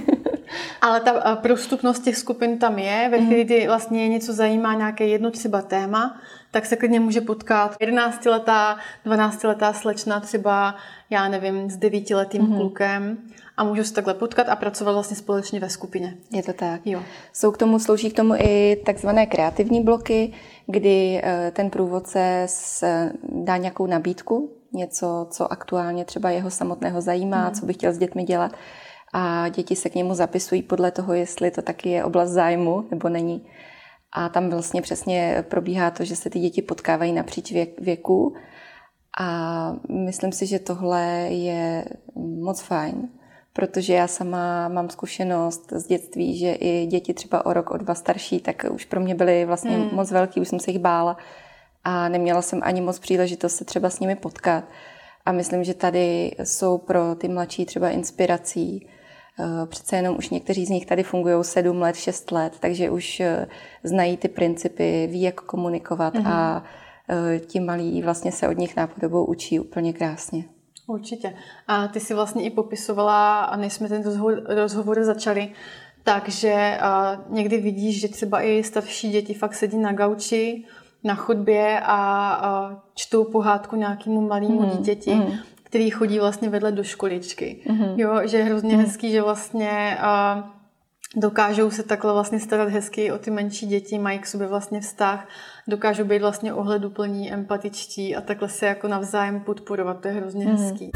Ale ta prostupnost těch skupin tam je, ve chvíli, kdy vlastně něco zajímá, nějaké jedno třeba téma, tak se klidně může potkat jedenáctiletá, dvanáctiletá slečna třeba, já nevím, s devítiletým mm-hmm. klukem a můžou se takhle potkat a pracovat vlastně společně ve skupině.
Je to tak.
Jo.
Jsou k tomu, slouží k tomu i takzvané kreativní bloky, kdy ten průvodce dá nějakou nabídku, něco, co aktuálně třeba jeho samotného zajímá, mm. co by chtěl s dětmi dělat a děti se k němu zapisují podle toho, jestli to taky je oblast zájmu nebo není. A tam vlastně přesně probíhá to, že se ty děti potkávají napříč věk, věku a myslím si, že tohle je moc fajn, protože já sama mám zkušenost z dětství, že i děti třeba o rok, o dva starší, tak už pro mě byly vlastně mm. moc velký, už jsem se jich bála a neměla jsem ani moc příležitost se třeba s nimi potkat. A myslím, že tady jsou pro ty mladší třeba inspirací. Přece jenom už někteří z nich tady fungují sedm let, šest let, takže už znají ty principy, ví, jak komunikovat mm-hmm. a ti malí vlastně se od nich nápodobou učí úplně krásně.
Určitě. A ty si vlastně i popisovala, a než jsme ten rozhovor, rozhovor začali, takže někdy vidíš, že třeba i starší děti fakt sedí na gauči, na chodbě a, a čtou pohádku nějakému malému mm, dítěti, mm. který chodí vlastně vedle do školičky. Mm. Jo, že je hrozně mm. hezký, že vlastně a, dokážou se takhle vlastně starat hezky o ty menší děti, mají k sobě vlastně vztah, dokážou být vlastně ohleduplní, empatičtí a takhle se jako navzájem podporovat. To je hrozně mm. hezký.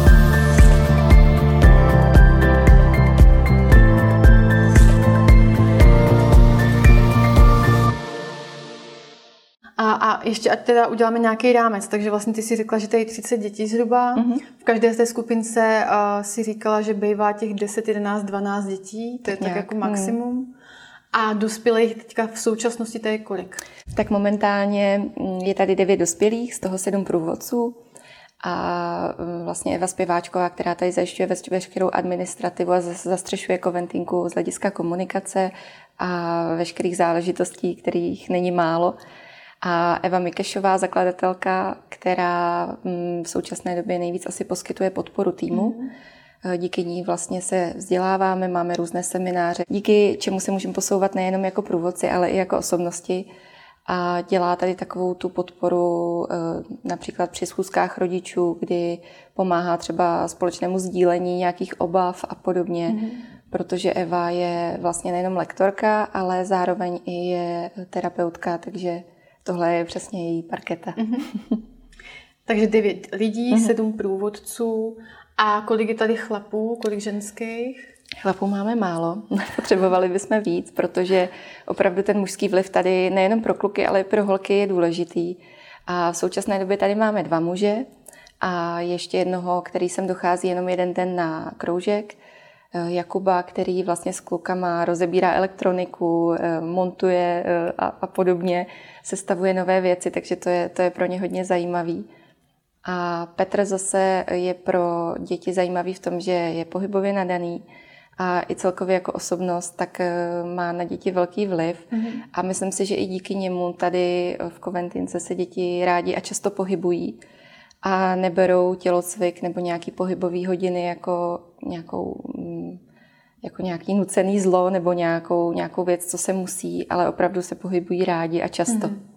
A, a ještě ať teda uděláme nějaký rámec, takže vlastně ty si řekla, že tady je třicet dětí zhruba. Mm-hmm. V každé z té skupince uh, si říkala, že bývá těch deset, jedenáct, dvanáct dětí, to tak je nějak, tak jako maximum. Mm. A dospělých teďka v současnosti tady je kolik? Tak
momentálně je tady devět dospělých, z toho sedm průvodců. A vlastně Eva Zpěváčková, která tady zajišťuje veškerou administrativu a zastřešuje Coventinku z hlediska komunikace a veškerých záležitostí, kterých není málo. A Eva Mikešová, zakladatelka, která v současné době nejvíc asi poskytuje podporu týmu. Mm. Díky ní vlastně se vzděláváme, máme různé semináře, díky čemu se můžeme posouvat nejenom jako průvodci, ale i jako osobnosti. A dělá tady takovou tu podporu například při schůzkách rodičů, kdy pomáhá třeba společnému sdílení nějakých obav a podobně. Mm. Protože Eva je vlastně nejenom lektorka, ale zároveň i je terapeutka, takže tohle je přesně její parketa. Mm-hmm.
Takže devět lidí, mm-hmm. sedm průvodců. A kolik je tady chlapů, kolik ženských?
Chlapů máme málo. Potřebovali bychom víc, protože opravdu ten mužský vliv tady nejenom pro kluky, ale i pro holky je důležitý. A v současné době tady máme dva muže a ještě jednoho, který sem dochází jenom jeden den na kroužek. Jakuba, který vlastně s klukama rozebírá elektroniku, montuje a, a podobně, sestavuje nové věci, takže to je, to je pro ně hodně zajímavý. A Petr zase je pro děti zajímavý v tom, že je pohybově nadaný a i celkově jako osobnost, tak má na děti velký vliv. Mm-hmm. A myslím si, že i díky němu tady v Coventince se děti rádi a často pohybují a neberou tělocvik nebo nějaký pohybový hodiny jako nějakou, jako nějaký nucený zlo nebo nějakou, nějakou věc, co se musí, ale opravdu se pohybují rádi a často. Mm-hmm.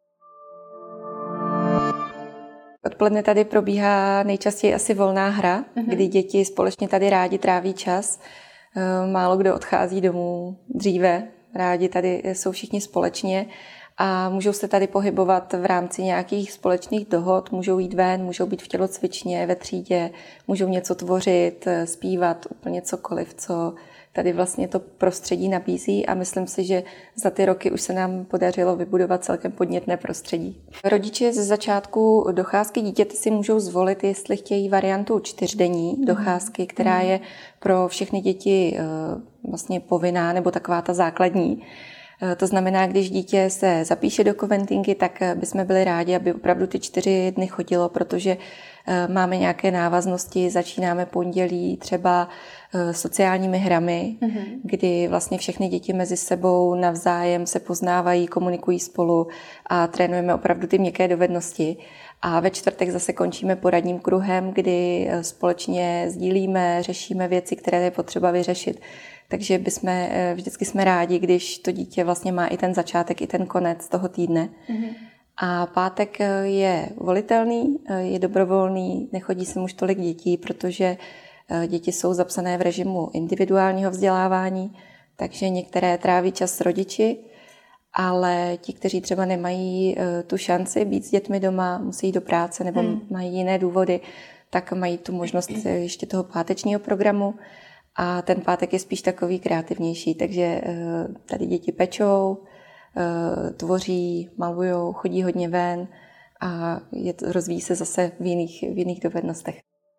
Odpoledne tady probíhá nejčastěji asi volná hra, mm-hmm. kdy děti společně tady rádi tráví čas. Málo kdo odchází domů dříve, rádi tady jsou všichni společně a můžou se tady pohybovat v rámci nějakých společných dohod, můžou jít ven, můžou být v tělocvičně, ve třídě, můžou něco tvořit, zpívat, úplně cokoliv, co tady vlastně to prostředí nabízí a myslím si, že za ty roky už se nám podařilo vybudovat celkem podnětné prostředí. Rodiče ze začátku docházky dítěte si můžou zvolit, jestli chtějí variantu čtyřdenní docházky, která je pro všechny děti vlastně povinná nebo taková ta základní. To znamená, když dítě se zapíše do Coventinky, tak bychom byli rádi, aby opravdu ty čtyři dny chodilo, protože máme nějaké návaznosti, začínáme pondělí třeba sociálními hrami, mm-hmm. kdy vlastně všechny děti mezi sebou navzájem se poznávají, komunikují spolu a trénujeme opravdu ty měkké dovednosti. A ve čtvrtek zase končíme poradním kruhem, kdy společně sdílíme, řešíme věci, které je potřeba vyřešit. Takže bychom, vždycky jsme rádi, když to dítě vlastně má i ten začátek, i ten konec toho týdne. Mm-hmm. A pátek je volitelný, je dobrovolný, nechodí sem už tolik dětí, protože děti jsou zapsané v režimu individuálního vzdělávání, takže některé tráví čas s rodiči, ale ti, kteří třeba nemají tu šanci být s dětmi doma, musí jít do práce nebo hmm. mají jiné důvody, tak mají tu možnost ještě toho pátečního programu. A ten pátek je spíš takový kreativnější, takže tady děti pečou, tvoří, malujou, chodí hodně ven a je, rozvíjí se zase v jiných, v jiných dovednostech.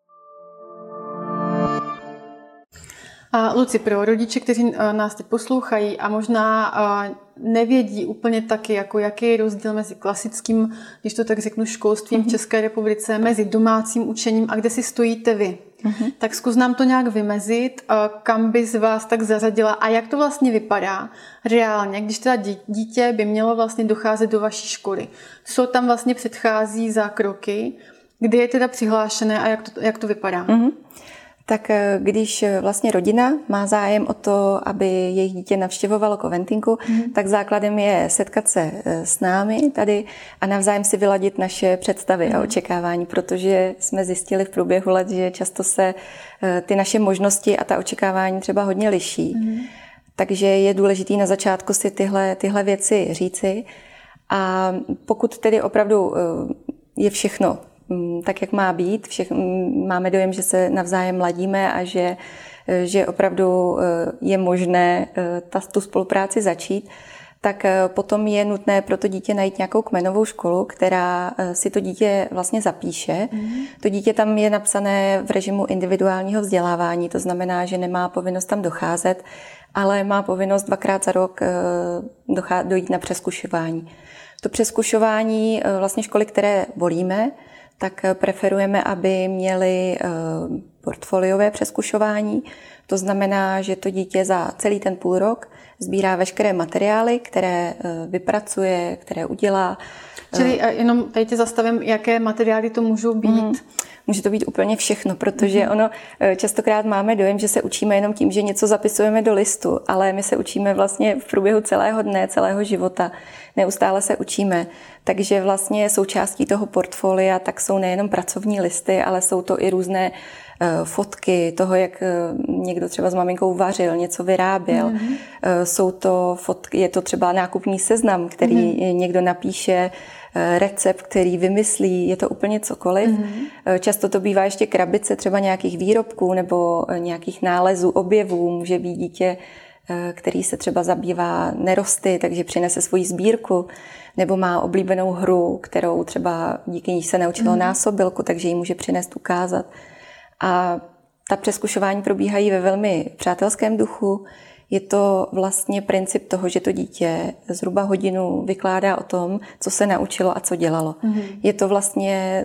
A Luci, pro rodiče, kteří nás teď poslouchají a možná nevědí úplně taky, jako jaký je rozdíl mezi klasickým, když to tak řeknu, školstvím mm-hmm. v České republice, mezi domácím učením a kde si stojíte vy. Mm-hmm. Tak zkus nám to nějak vymezit, kam by z vás tak zařadila a jak to vlastně vypadá reálně, když teda dítě by mělo vlastně docházet do vaší školy. Co tam vlastně předchází za kroky, kdy je teda přihlášené a jak to, jak to vypadá?
Mm-hmm. Tak když vlastně rodina má zájem o to, aby jejich dítě navštěvovalo Coventinku, mm. tak základem je setkat se s námi tady a navzájem si vyladit naše představy mm. a očekávání, protože jsme zjistili v průběhu let, že často se ty naše možnosti a ta očekávání třeba hodně liší. Mm. Takže je důležité na začátku si tyhle, tyhle věci říci. A pokud tedy opravdu je všechno tak, jak má být. Všech, máme dojem, že se navzájem ladíme a že, že opravdu je možné ta, tu spolupráci začít, tak potom je nutné pro to dítě najít nějakou kmenovou školu, která si to dítě vlastně zapíše. Mm. To dítě tam je napsané v režimu individuálního vzdělávání, to znamená, že nemá povinnost tam docházet, ale má povinnost dvakrát za rok dojít na přezkušování. To přezkušování vlastně školy, které volíme, tak preferujeme, aby měli portfoliové přezkušování. To znamená, že to dítě za celý ten půl rok sbírá veškeré materiály, které vypracuje, které udělá.
Čili jenom tady tě zastavím, jaké materiály to můžou být? Mm.
Může to být úplně všechno, protože ono častokrát máme dojem, že se učíme jenom tím, že něco zapisujeme do listu, ale my se učíme vlastně v průběhu celého dne, celého života. Neustále se učíme. Takže vlastně součástí toho portfolia tak jsou nejenom pracovní listy, ale jsou to i různé fotky toho, jak někdo třeba s maminkou vařil, něco vyráběl. Mm-hmm. Jsou to fotky, je to třeba nákupní seznam, který mm-hmm. někdo napíše, recept, který vymyslí, je to úplně cokoliv. Mm-hmm. Často to bývá ještě krabice třeba nějakých výrobků nebo nějakých nálezů, objevů. Může být dítě, který se třeba zabývá nerosty, takže přinese svoji sbírku, nebo má oblíbenou hru, kterou třeba díky ní se naučilo mm-hmm. násobilku, takže ji může přinést, ukázat. A ta přezkušování probíhají ve velmi přátelském duchu. Je to vlastně princip toho, že to dítě zhruba hodinu vykládá o tom, co se naučilo a co dělalo. Mm-hmm. Je to vlastně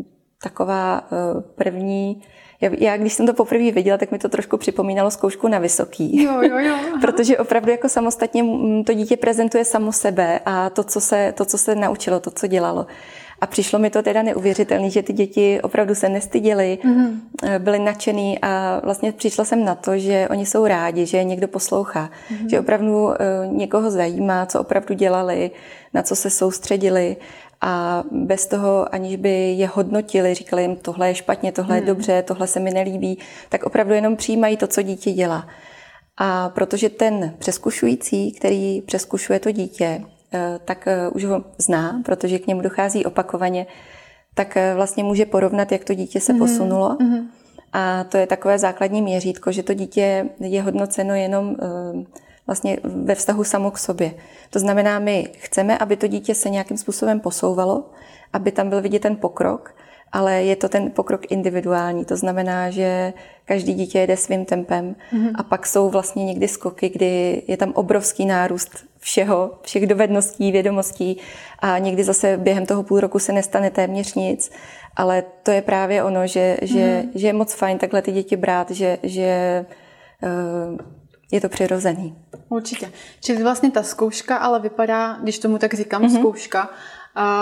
taková první... Já, když jsem to poprvé viděla, tak mi to trošku připomínalo zkoušku na vysoký.
Jo, jo, jo.
Protože opravdu jako samostatně to dítě prezentuje samo sebe a to, co se, to, co se naučilo, to, co dělalo. A přišlo mi to teda neuvěřitelné, že ty děti opravdu se nestyděly, mm-hmm. byly nadšený a vlastně přišla jsem na to, že oni jsou rádi, že někdo poslouchá, mm-hmm. že opravdu někoho zajímá, co opravdu dělali, na co se soustředili a bez toho, aniž by je hodnotili, říkali jim, tohle je špatně, tohle mm. je dobře, tohle se mi nelíbí, tak opravdu jenom přijímají to, co dítě dělá. A protože ten přezkušující, který přezkušuje to dítě, tak už ho zná, protože k němu dochází opakovaně, tak vlastně může porovnat, jak to dítě se posunulo. Mm-hmm. A to je takové základní měřítko, že to dítě je hodnoceno jenom vlastně ve vztahu samo k sobě. To znamená, my chceme, aby to dítě se nějakým způsobem posouvalo, aby tam byl vidět ten pokrok, ale je to ten pokrok individuální. To znamená, že každý dítě jede svým tempem mm-hmm. a pak jsou vlastně někdy skoky, kdy je tam obrovský nárůst všeho, všech dovedností, vědomostí a někdy zase během toho půl roku se nestane téměř nic. Ale to je právě ono, že, mm-hmm. že, že je moc fajn takhle ty děti brát, že, že uh, je to přirozený.
Určitě. Čili vlastně ta zkouška, ale vypadá, když tomu tak říkám, mm-hmm. zkouška, uh,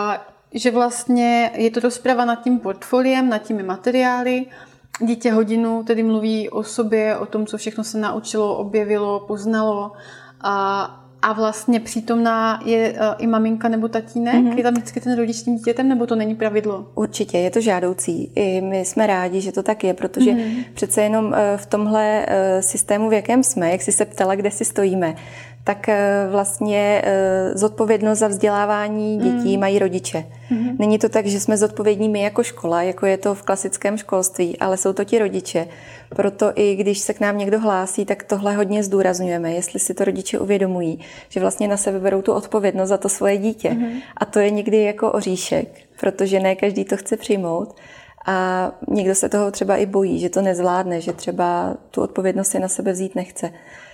že vlastně je to rozprava nad tím portfoliem, nad těmi materiály. Dítě hodinu tedy mluví o sobě, o tom, co všechno se naučilo, objevilo, poznalo. A, a vlastně přítomná je i maminka nebo tatínek? Mm-hmm. Je tam vždycky ten rodič s tím dítětem, nebo to není pravidlo?
Určitě, je to žádoucí. I my jsme rádi, že to tak je, protože mm-hmm. přece jenom v tomhle systému, v jakém jsme, jak jsi se ptala, kde si stojíme, tak vlastně zodpovědnost za vzdělávání dětí mm. mají rodiče. Mm. Není to tak, že jsme zodpovědní my jako škola, jako je to v klasickém školství, ale jsou to ti rodiče. Proto i když se k nám někdo hlásí, tak tohle hodně zdůrazňujeme, jestli si to rodiče uvědomují, že vlastně na sebe berou tu odpovědnost za to svoje dítě. Mm. A to je někdy jako oříšek, protože ne každý to chce přijmout. A někdo se toho třeba i bojí, že to nezvládne, že třeba tu odpovědnost si na sebe vzít nechce.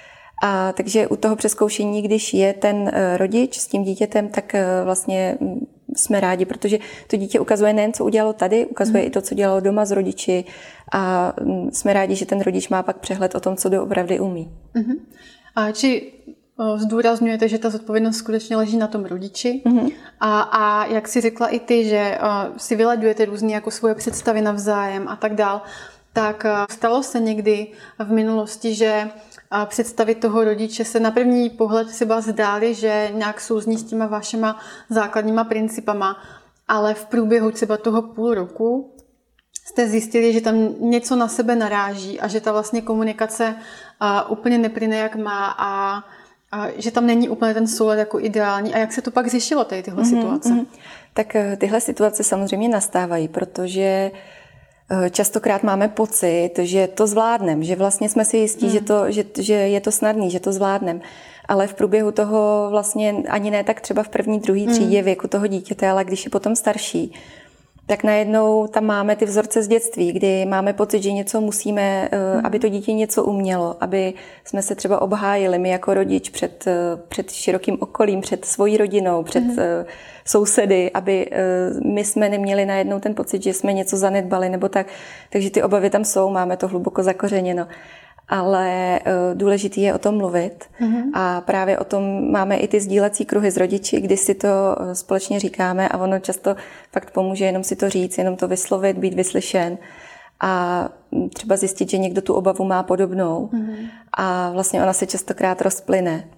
A takže u toho přezkoušení, když je ten rodič s tím dítětem, tak vlastně jsme rádi, protože to dítě ukazuje nejen, co udělalo tady, ukazuje mm. i to, co dělalo doma s rodiči a jsme rádi, že ten rodič má pak přehled o tom, co doopravdy umí. Mm-hmm.
A či zdůrazňujete, že ta zodpovědnost skutečně leží na tom rodiči mm-hmm. a, a jak si řekla i ty, že si vylaďujete různě jako svoje představy navzájem a tak dál, tak stalo se někdy v minulosti, že a představy toho rodiče se na první pohled třeba zdály, že nějak souzní s těma vašima základníma principama, ale v průběhu třeba toho půl roku jste zjistili, že tam něco na sebe naráží a že ta vlastně komunikace a, úplně neplyne, jak má a, a že tam není úplně ten soulad jako ideální. A jak se to pak řešilo, tady tyhle mm-hmm, situace? Mm-hmm.
Tak tyhle situace samozřejmě nastávají, protože častokrát máme pocit, že to zvládneme, že vlastně jsme si jistí, mm. že, to, že, že je to snadný, že to zvládneme. Ale v průběhu toho vlastně ani ne tak třeba v první, druhé třídě mm. věku toho dítěte, ale když je potom starší, tak najednou tam máme ty vzorce z dětství, kdy máme pocit, že něco musíme, mm. aby to dítě něco umělo, aby jsme se třeba obhájili my jako rodič před, před širokým okolím, před svojí rodinou, před mm. sousedy, aby my jsme neměli najednou ten pocit, že jsme něco zanedbali nebo tak. Takže ty obavy tam jsou, máme to hluboko zakořeněno. Ale důležitý je o tom mluvit mm-hmm. a právě o tom máme i ty sdílecí kruhy s rodiči, kdy si to společně říkáme a ono často fakt pomůže jenom si to říct, jenom to vyslovit, být vyslyšen a třeba zjistit, že někdo tu obavu má podobnou mm-hmm. a vlastně ona se častokrát rozplyne.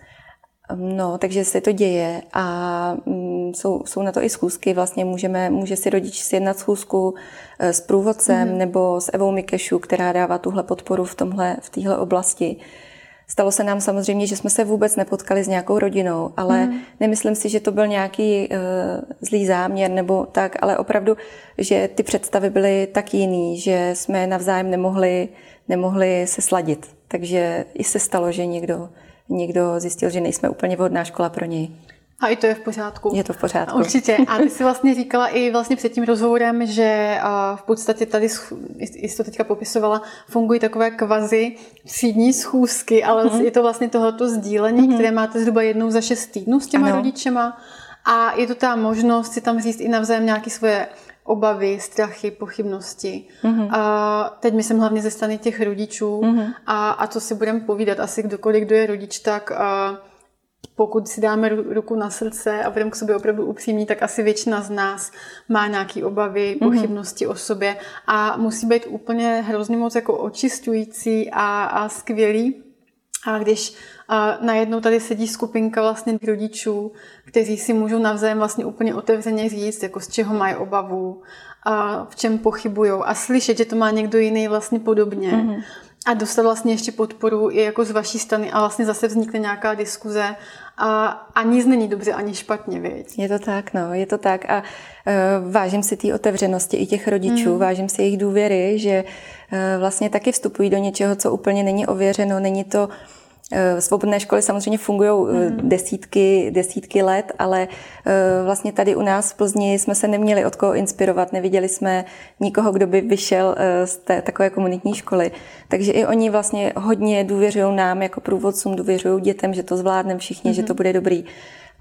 No, takže se to děje a jsou, jsou na to i schůzky. Vlastně můžeme, může si rodič sjednat schůzku s průvodcem mm. nebo s Evou Mikešu, která dává tuhle podporu v tomhle, v téhle oblasti. Stalo se nám samozřejmě, že jsme se vůbec nepotkali s nějakou rodinou, ale mm. nemyslím si, že to byl nějaký uh, zlý záměr nebo tak, ale opravdu, že ty představy byly tak jiný, že jsme navzájem nemohli, nemohli se sladit. Takže i se stalo, že někdo Někdo zjistil, že nejsme úplně vhodná škola pro něj.
A i to je v pořádku.
Je to v pořádku.
Určitě. A ty jsi vlastně říkala i vlastně před tím rozhovorem, že v podstatě tady, jsi to teďka popisovala, fungují takové kvazi třídní schůzky, ale mm-hmm. je to vlastně tohleto sdílení, mm-hmm. které máte zhruba jednou za šest týdnů s těma ano. rodičema. A je to ta možnost si tam říct i navzájem nějaké svoje obavy, strachy, pochybnosti. Mm-hmm. A teď myslím hlavně ze strany těch rodičů. Mm-hmm. A, a co si budeme povídat, asi kdokoliv, kdo je rodič, tak a pokud si dáme ruku na srdce a budeme k sobě opravdu upřímní, tak asi většina z nás má nějaké obavy, pochybnosti mm-hmm. o sobě a musí být úplně hrozně moc jako očišťující a, a skvělý. A když a najednou tady sedí skupinka vlastně rodičů, kteří si můžou navzájem vlastně úplně otevřeně říct, jako z čeho mají obavu, a v čem pochybujou a slyšet, že to má někdo jiný vlastně podobně. Mm-hmm. A dostat vlastně ještě podporu i jako z vaší strany a vlastně zase vznikne nějaká diskuze a, a nic není dobře ani špatně, viď?
Je to tak, no, je to tak a uh, vážím si té otevřenosti i těch rodičů, mm. vážím si jejich důvěry, že uh, vlastně taky vstupují do něčeho, co úplně není ověřeno, není to svobodné školy samozřejmě fungují mm. desítky, desítky let, ale vlastně tady u nás v Plzni jsme se neměli od koho inspirovat, neviděli jsme nikoho, kdo by vyšel z té takové komunitní školy. Takže i oni vlastně hodně důvěřují nám jako průvodcům, důvěřují dětem, že to zvládneme všichni, mm. že to bude dobrý.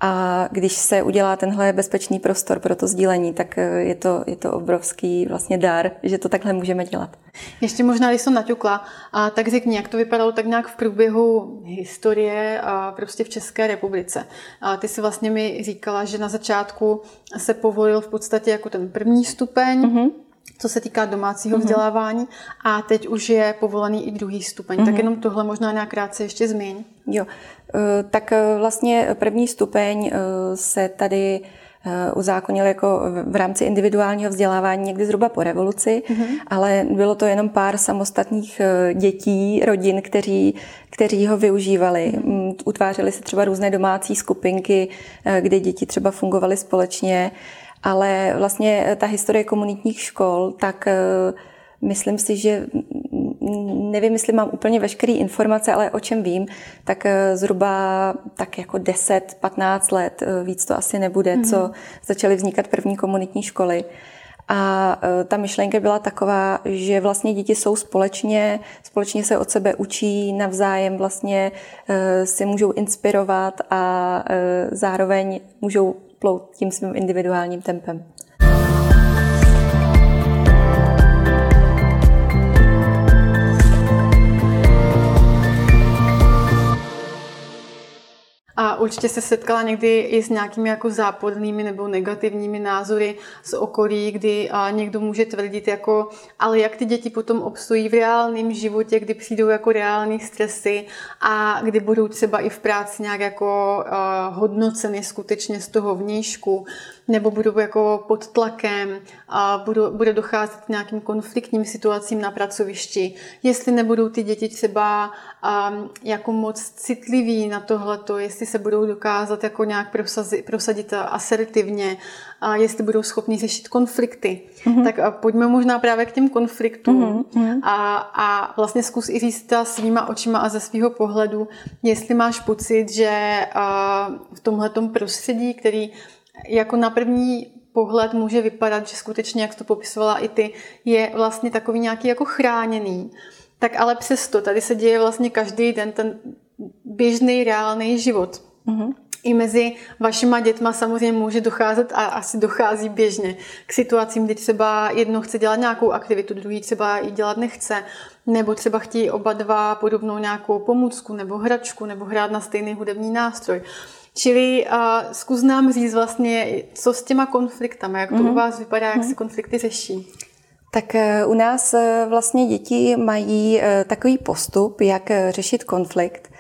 A když se udělá tenhle bezpečný prostor pro to sdílení, tak je to, je to obrovský vlastně dar, že to takhle můžeme dělat.
Ještě možná, když jsem naťukla, a tak řekni, jak to vypadalo tak nějak v průběhu historie a prostě v České republice. A ty si vlastně mi říkala, že na začátku se povolil v podstatě jako ten první stupeň, mm-hmm. co se týká domácího mm-hmm. vzdělávání, a teď už je povolený i druhý stupeň. Mm-hmm. Tak jenom tohle možná nějak krátce ještě změň.
Jo, tak vlastně první stupeň se tady uzákonil jako v rámci individuálního vzdělávání někdy zhruba po revoluci, mm-hmm. ale bylo to jenom pár samostatných dětí, rodin, kteří, kteří ho využívali. Mm-hmm. Utvářely se třeba různé domácí skupinky, kde děti třeba fungovaly společně, ale vlastně ta historie komunitních škol, tak myslím si, že nevím, jestli mám úplně veškeré informace, ale o čem vím, tak zhruba tak jako deset patnáct let, víc to asi nebude, mm-hmm. co začaly vznikat první komunitní školy. A ta myšlenka byla taková, že vlastně děti jsou společně, společně se od sebe učí, navzájem vlastně si můžou inspirovat a zároveň můžou plout tím svým individuálním tempem.
A určitě se setkala někdy i s nějakými jako zápornými nebo negativními názory z okolí, kdy někdo může tvrdit jako, ale jak ty děti potom obstojí v reálném životě, kdy přijdou jako reální stresy a kdy budou třeba i v práci nějak jako uh, hodnoceny skutečně z toho vnějšku, nebo budou jako pod tlakem a budou, bude docházet k nějakým konfliktním situacím na pracovišti. Jestli nebudou ty děti třeba um, jako moc citliví na tohleto, jestli se budou dokázat jako nějak prosadit, prosadit asertivně, a jestli budou schopni řešit konflikty. Mm-hmm. Tak a pojďme možná právě k těm konfliktům mm-hmm. a, a vlastně zkus i říct svýma očima a ze svýho pohledu, jestli máš pocit, že uh, v tomhletom prostředí, který jako na první pohled může vypadat, že skutečně, jak to popisovala i ty, je vlastně takový nějaký jako chráněný. Tak ale přesto tady se děje vlastně každý den ten běžný, reálný život. Mm-hmm. I mezi vašima dětma samozřejmě může docházet a asi dochází běžně k situacím, kdy třeba jedno chce dělat nějakou aktivitu, druhý třeba ji dělat nechce, nebo třeba chtějí oba dva podobnou nějakou pomůcku nebo hračku, nebo hrát na stejný hudební nástroj. Čili uh, zkus nám říct vlastně, co s těma konfliktama, jak to mm-hmm. u vás vypadá, jak mm-hmm. se konflikty řeší.
Tak u nás vlastně děti mají takový postup, jak řešit konflikt,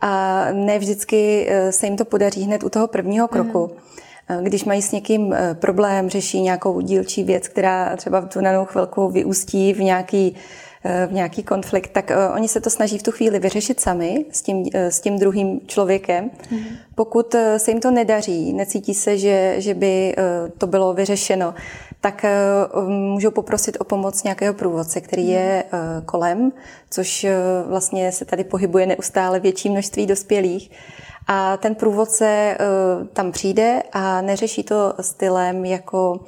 a ne vždycky se jim to podaří hned u toho prvního kroku. Mm. Když mají s někým problém, řeší nějakou dílčí věc, která třeba v tu danou chvilku vyústí v nějaký, v nějaký konflikt, tak oni se to snaží v tu chvíli vyřešit sami s tím, s tím druhým člověkem. Mm. Pokud se jim to nedaří, necítí se, že, že by to bylo vyřešeno, tak můžou poprosit o pomoc nějakého průvodce, který je kolem, což vlastně se tady pohybuje neustále větší množství dospělých. A ten průvodce tam přijde a neřeší to stylem jako,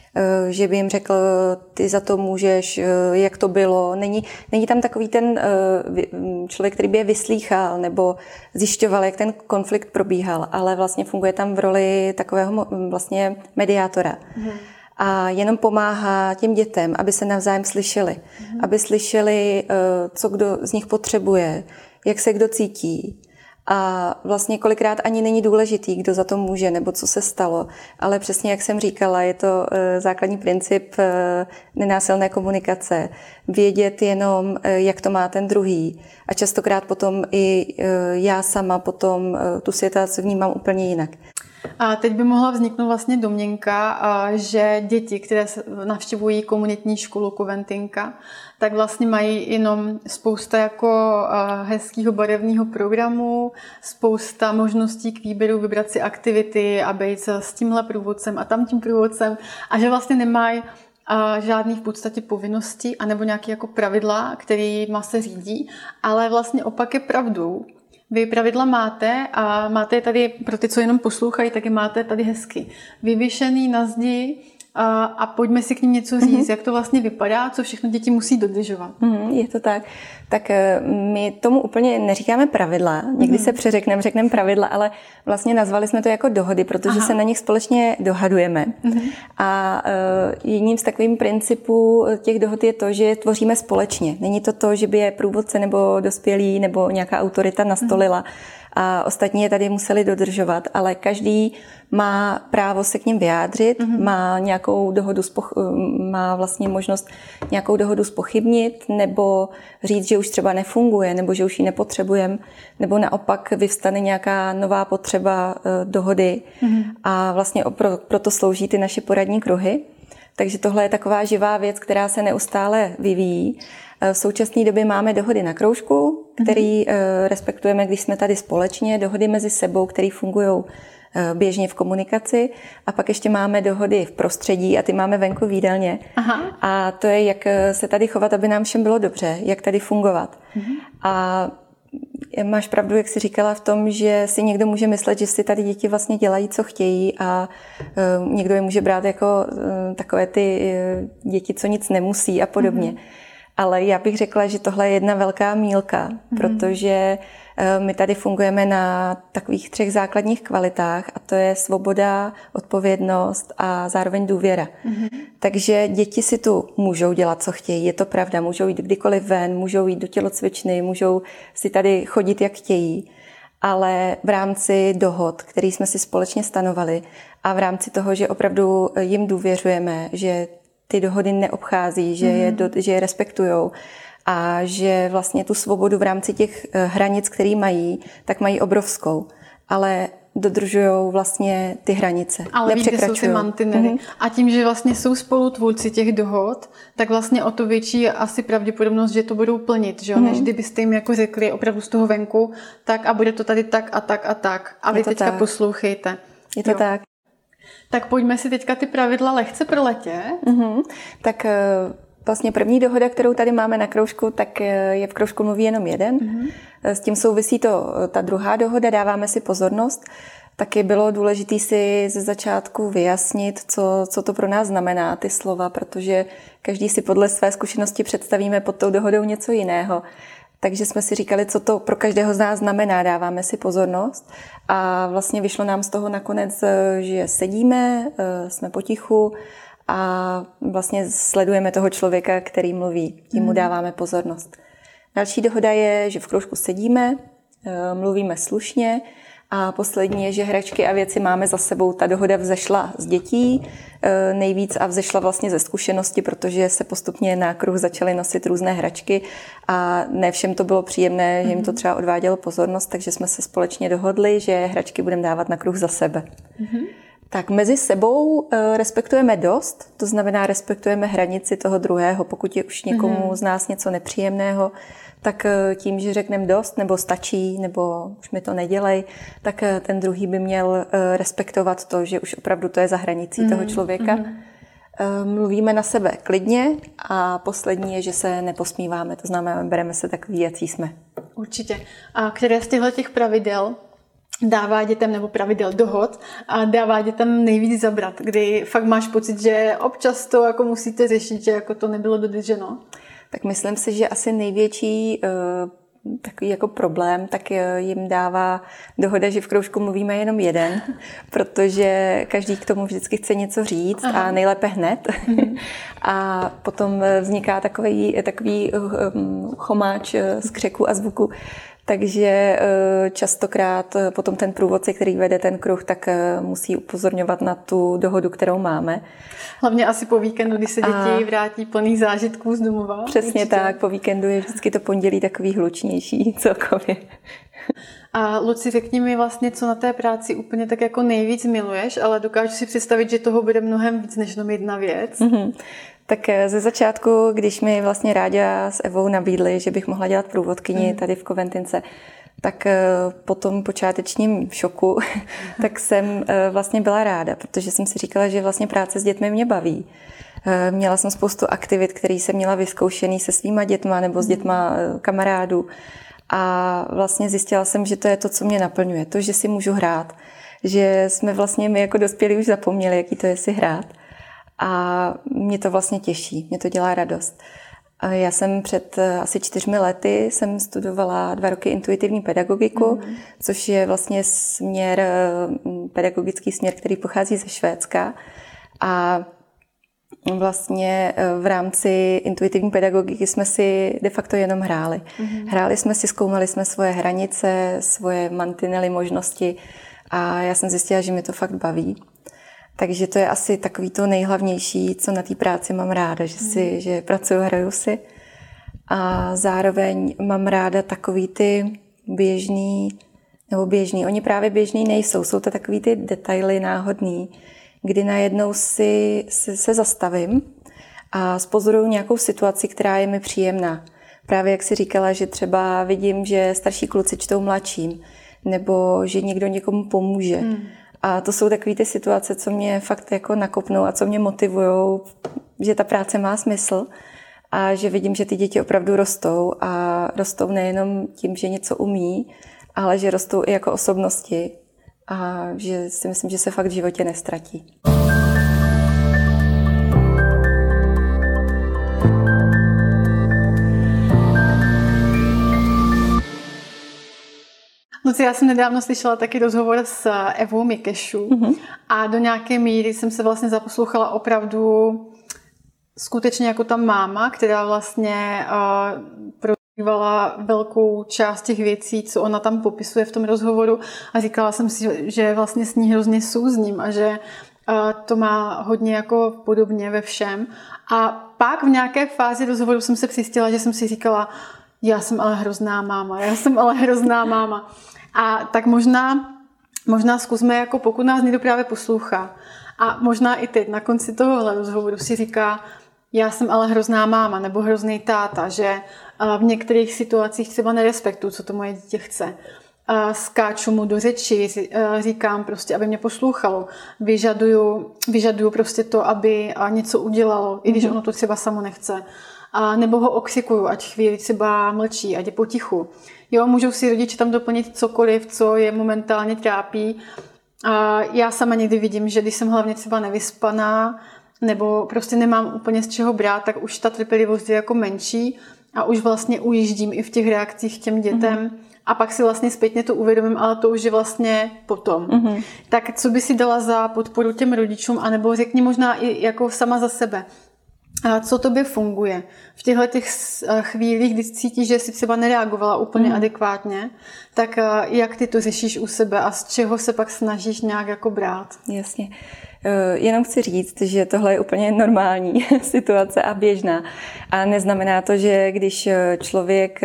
že by jim řekl, ty za to můžeš, jak to bylo. Není, není tam takový ten člověk, který by je vyslýchal nebo zjišťoval, jak ten konflikt probíhal, ale vlastně funguje tam v roli takového vlastně mediátora. Hmm. A jenom pomáhá těm dětem, aby se navzájem slyšeli. Mm. Aby slyšeli, co kdo z nich potřebuje, jak se kdo cítí. A vlastně kolikrát ani není důležitý, kdo za to může, nebo co se stalo. Ale přesně jak jsem říkala, je to základní princip nenásilné komunikace. Vědět jenom, jak to má ten druhý. A častokrát potom i já sama potom tu situaci vnímám úplně jinak.
A teď by mohla vzniknout vlastně domněnka, že děti, které navštěvují komunitní školu Coventinka, tak vlastně mají jenom spousta jako hezkého barevného programu, spousta možností k výběru, vybrat si aktivity a být s tímhle průvodcem a tam tím průvodcem a že vlastně nemají žádný v podstatě povinnosti anebo nějaké jako pravidla, kterýma se řídí, ale vlastně opak je pravdou. Vy pravidla máte a máte je tady, pro ty, co jenom poslouchají, tak je máte tady hezky vyvěšený na zdi A, a pojďme si k ním něco říct, mm-hmm. jak to vlastně vypadá, co všechno děti musí dodržovat.
Mm, je to tak. Tak my tomu úplně neříkáme pravidla, někdy mm-hmm. se přeřekneme, řekneme pravidla, ale vlastně nazvali jsme to jako dohody, protože Aha. se na nich společně dohadujeme. Mm-hmm. A uh, jedním z takových principů těch dohod je to, že je tvoříme společně. Není to to, že by je průvodce nebo dospělý nebo nějaká autorita nastolila, mm-hmm. a ostatní je tady museli dodržovat, ale každý má právo se k ním vyjádřit, mm-hmm. má nějakou dohodu, spoch- má vlastně možnost nějakou dohodu zpochybnit nebo říct, že už třeba nefunguje, nebo že už ji nepotřebujeme, nebo naopak vyvstane nějaká nová potřeba uh, dohody mm-hmm. a vlastně opro- proto slouží ty naše poradní kruhy. Takže tohle je taková živá věc, která se neustále vyvíjí. V současné době máme dohody na kroužku, který mm-hmm. respektujeme, když jsme tady společně, dohody mezi sebou, které fungují běžně v komunikaci, a pak ještě máme dohody v prostředí a ty máme venku v jídelně. Aha. A to je, jak se tady chovat, aby nám všem bylo dobře, jak tady fungovat. Mm-hmm. A máš pravdu, jak jsi říkala, v tom, že si někdo může myslet, že si tady děti vlastně dělají, co chtějí, a uh, někdo je může brát jako uh, takové ty uh, děti, co nic nemusí a podobně. Mm-hmm. Ale já bych řekla, že tohle je jedna velká mýlka, mm-hmm. protože uh, my tady fungujeme na takových třech základních kvalitách, a to je svoboda, odpovědnost a zároveň důvěra. Mm-hmm. Takže děti si tu můžou dělat, co chtějí, je to pravda, můžou jít kdykoliv ven, můžou jít do tělocvičny, můžou si tady chodit, jak chtějí, ale v rámci dohod, který jsme si společně stanovali, a v rámci toho, že opravdu jim důvěřujeme, že ty dohody neobchází, že je, do, že je respektujou a že vlastně tu svobodu v rámci těch hranic, které mají, tak mají obrovskou. Ale dodržujou vlastně ty hranice.
Ale víte, jsou ty mantinely. Mm-hmm. A tím, že vlastně jsou spolutvůrci těch dohod, tak vlastně o to větší je asi pravděpodobnost, že to budou plnit, že? Mm-hmm. Než kdybyste jim jako řekli opravdu z toho venku, tak a bude to tady tak a tak a tak. A vy teďka tak poslouchejte.
Je to jo. tak.
Tak pojďme si teďka ty pravidla lehce proletět.
Mm-hmm. Tak vlastně první dohoda, kterou tady máme na kroužku, tak je v kroužku mluví jenom jeden. Mm-hmm. S tím souvisí to, ta druhá dohoda, dáváme si pozornost. Taky bylo důležité si ze začátku vyjasnit, co, co to pro nás znamená, ty slova, protože každý si podle své zkušenosti představíme pod tou dohodou něco jiného. Takže jsme si říkali, co to pro každého z nás znamená, dáváme si pozornost, a vlastně vyšlo nám z toho nakonec, že sedíme, jsme potichu a vlastně sledujeme toho člověka, který mluví, tím mu dáváme pozornost. Další dohoda je, že v kroužku sedíme, mluvíme slušně, a poslední je, že hračky a věci máme za sebou. Ta dohoda vzešla z dětí nejvíc a vzešla vlastně ze zkušenosti, protože se postupně na kruh začaly nosit různé hračky a ne všem to bylo příjemné, že jim to třeba odvádělo pozornost, takže jsme se společně dohodli, že hračky budeme dávat na kruh za sebe. Mm-hmm. Tak mezi sebou respektujeme dost, to znamená respektujeme hranici toho druhého. Pokud je už někomu mm-hmm. z nás něco nepříjemného, tak tím, že řekneme dost, nebo stačí, nebo už mi to nedělej, tak ten druhý by měl respektovat to, že už opravdu to je za hranicí mm, toho člověka. Mm. Mluvíme na sebe klidně a poslední je, že se neposmíváme, to znamená, bereme se takový, jaký jsme.
Určitě. A které z těchto těch pravidel dává dětem, nebo pravidel dohod, a dává dětem nejvíc zabrat, kdy fakt máš pocit, že občas to jako musíte řešit, že jako to nebylo dodrženo?
Tak myslím si, že asi největší uh, takový jako problém, tak jim dává dohoda, že v kroužku mluvíme jenom jeden, protože každý k tomu vždycky chce něco říct. Aha. A nejlépe hned. Mm-hmm. A potom vzniká takový, takový um, chomáč z křeku a zvuku. Takže častokrát potom ten průvodce, který vede ten kruh, tak musí upozorňovat na tu dohodu, kterou máme.
Hlavně asi po víkendu, kdy se děti a... vrátí plný zážitků z domova.
Přesně určitě. Tak, po víkendu je vždycky to pondělí takový hlučnější celkově.
A Luci, řekni mi vlastně, co na té práci úplně tak jako nejvíc miluješ, ale dokážu si představit, že toho bude mnohem víc než jenom jedna věc. Mm-hmm.
Tak ze začátku, když mi vlastně Ráďa s Evou nabídli, že bych mohla dělat průvodkyni tady v Koventince, tak po tom počátečním šoku, tak jsem vlastně byla ráda, protože jsem si říkala, že vlastně práce s dětmi mě baví. Měla jsem spoustu aktivit, které jsem měla vyzkoušený se svýma dětma nebo s dětma kamarádů. A vlastně zjistila jsem, že to je to, co mě naplňuje. To, že si můžu hrát. Že jsme vlastně my jako dospělí už zapomněli, jaký to je si hrát. a mě to vlastně těší, mě to dělá radost. Já jsem před asi čtyřmi lety jsem studovala dva roky intuitivní pedagogiku, mm. což je vlastně směr, pedagogický směr, který pochází ze Švédska. A vlastně v rámci intuitivní pedagogiky jsme si de facto jenom hráli. Mm. Hráli jsme si, zkoumali jsme svoje hranice, svoje mantinely, možnosti a já jsem zjistila, že mi to fakt baví. Takže to je asi takový to nejhlavnější, co na té práci mám ráda, že, si, že pracuju, hraju si. A zároveň mám ráda takový ty běžný, nebo běžný, oni právě běžný nejsou, jsou to takový ty detaily náhodný, kdy najednou si, si se zastavím a zpozoruju nějakou situaci, která je mi příjemná. Právě jak si říkala, že třeba vidím, že starší kluci čtou mladším, nebo že někdo někomu pomůže. Hmm. A to jsou takové ty situace, co mě fakt jako nakopnou a co mě motivujou, že ta práce má smysl a že vidím, že ty děti opravdu rostou a rostou nejenom tím, že něco umí, ale že rostou i jako osobnosti a že si myslím, že se fakt v životě nestratí.
Luci, já jsem nedávno slyšela taky rozhovor s Evou Mikešů mm-hmm. a do nějaké míry jsem se vlastně zaposlouchala opravdu skutečně jako ta máma, která vlastně uh, prožívala velkou část těch věcí, co ona tam popisuje v tom rozhovoru a říkala jsem si, že vlastně s ní hrozně souzním a že uh, to má hodně jako podobně ve všem. A pak v nějaké fázi rozhovoru jsem se přistila, že jsem si říkala, já jsem ale hrozná máma, já jsem ale hrozná máma. A tak možná, možná zkusme, jako pokud nás někdo právě poslouchá a možná i teď na konci tohohle rozhovoru si říká, já jsem ale hrozná máma nebo hrozný táta, že v některých situacích třeba nerespektuju, co to moje dítě chce. Skáču mu do řeči, říkám prostě, aby mě poslouchalo. Vyžaduju, vyžaduju prostě to, aby něco udělalo, i když ono to třeba samo nechce. A nebo ho okřikuju, ať chvíli třeba mlčí, ať je potichu. Jo, můžou si rodiče tam doplnit cokoliv, co je momentálně trápí. A já sama někdy vidím, že když jsem hlavně třeba nevyspaná, nebo prostě nemám úplně z čeho brát, tak už ta trpělivost je jako menší a už vlastně ujíždím i v těch reakcích k těm dětem. Mm-hmm. A pak si vlastně zpětně to uvědomím, ale to už je vlastně potom. Mm-hmm. Tak co by si dala za podporu těm rodičům, anebo řekni možná i jako sama za sebe. A co tobě funguje v těchto těch chvílích, kdy cítíš, že jsi třeba nereagovala úplně mm. adekvátně, tak jak ty to řešíš u sebe a z čeho se pak snažíš nějak jako brát?
Jasně. Jenom chci říct, že tohle je úplně normální situace a běžná. A neznamená to, že když člověk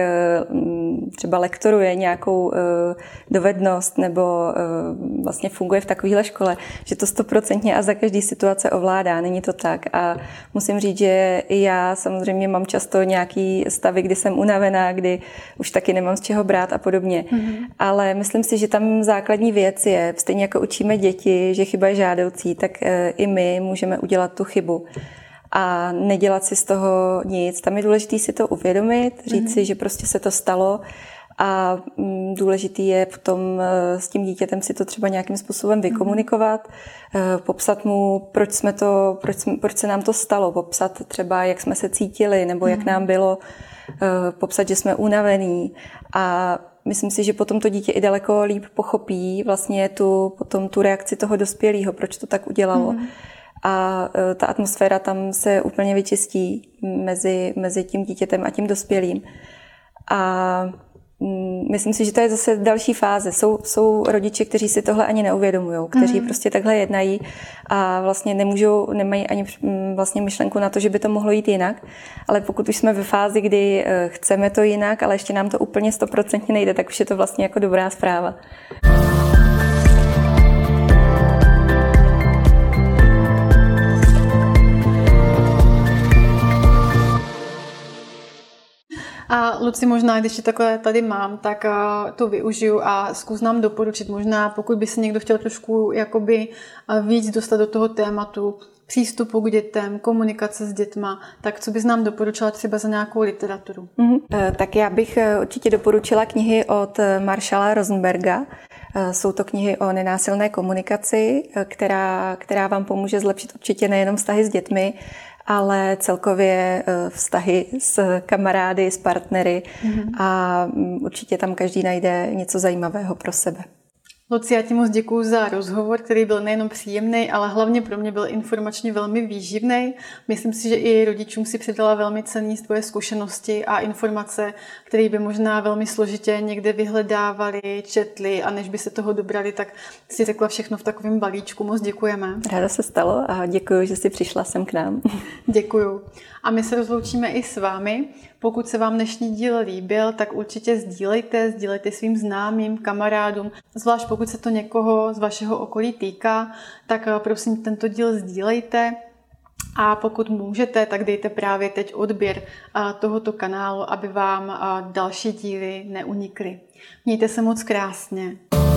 třeba lektoruje nějakou dovednost nebo vlastně funguje v takovéhle škole, že to stoprocentně a za každý situace ovládá. Není to tak. A musím říct, že i já samozřejmě mám často nějaký stavy, kdy jsem unavená, kdy už taky nemám z čeho brát a podobně. Mm-hmm. Ale myslím si, že tam základní věc je, stejně jako učíme děti, že chyba je žádoucí, tak i my můžeme udělat tu chybu a nedělat si z toho nic. Tam je důležité si to uvědomit, říct si, mm-hmm. že prostě se to stalo a důležitý je potom s tím dítětem si to třeba nějakým způsobem vykomunikovat, mm-hmm. popsat mu, proč, jsme to, proč, proč se nám to stalo, popsat třeba, jak jsme se cítili nebo jak mm-hmm. nám bylo, popsat, že jsme unavení a myslím si, že potom to dítě i daleko líp pochopí vlastně tu, potom tu reakci toho dospělého, proč to tak udělalo. Mm. A ta atmosféra tam se úplně vyčistí mezi, mezi tím dítětem a tím dospělým. A myslím si, že to je zase další fáze. Jsou, jsou rodiče, kteří si tohle ani neuvědomují, kteří mm. prostě takhle jednají a vlastně nemůžou, nemají ani vlastně myšlenku na to, že by to mohlo jít jinak. Ale pokud už jsme ve fázi, kdy chceme to jinak, ale ještě nám to úplně stoprocentně nejde, tak už je to vlastně jako dobrá zpráva.
A Luci, možná, když je takhle tady mám, tak to využiju a zkus nám doporučit. Možná, pokud by se někdo chtěl trošku jakoby víc dostat do toho tématu přístupu k dětem, komunikace s dětma, tak co bys nám doporučila třeba za nějakou literaturu?
Mm-hmm. Tak já bych určitě doporučila knihy od Marshalla Rosenberga. Jsou to knihy o nenásilné komunikaci, která, která vám pomůže zlepšit určitě nejenom vztahy s dětmi, ale celkově vztahy s kamarády, s partnery mm-hmm. a určitě tam každý najde něco zajímavého pro sebe.
Luci, já ti moc děkuju za rozhovor, který byl nejenom příjemný, ale hlavně pro mě byl informačně velmi výživný. Myslím si, že i rodičům si předala velmi cenné tvoje zkušenosti a informace, které by možná velmi složitě někde vyhledávali, četli a než by se toho dobrali, tak si řekla všechno v takovém balíčku. Moc děkujeme.
Ráda se stalo a děkuji, že jsi přišla sem k nám.
Děkuju. A my se rozloučíme i s vámi. Pokud se vám dnešní díl líbil, tak určitě sdílejte, sdílejte svým známým, kamarádům. Zvlášť pokud se to někoho z vašeho okolí týká, tak prosím tento díl sdílejte. A pokud můžete, tak dejte právě teď odběr tohoto kanálu, aby vám další díly neunikly. Mějte se moc krásně.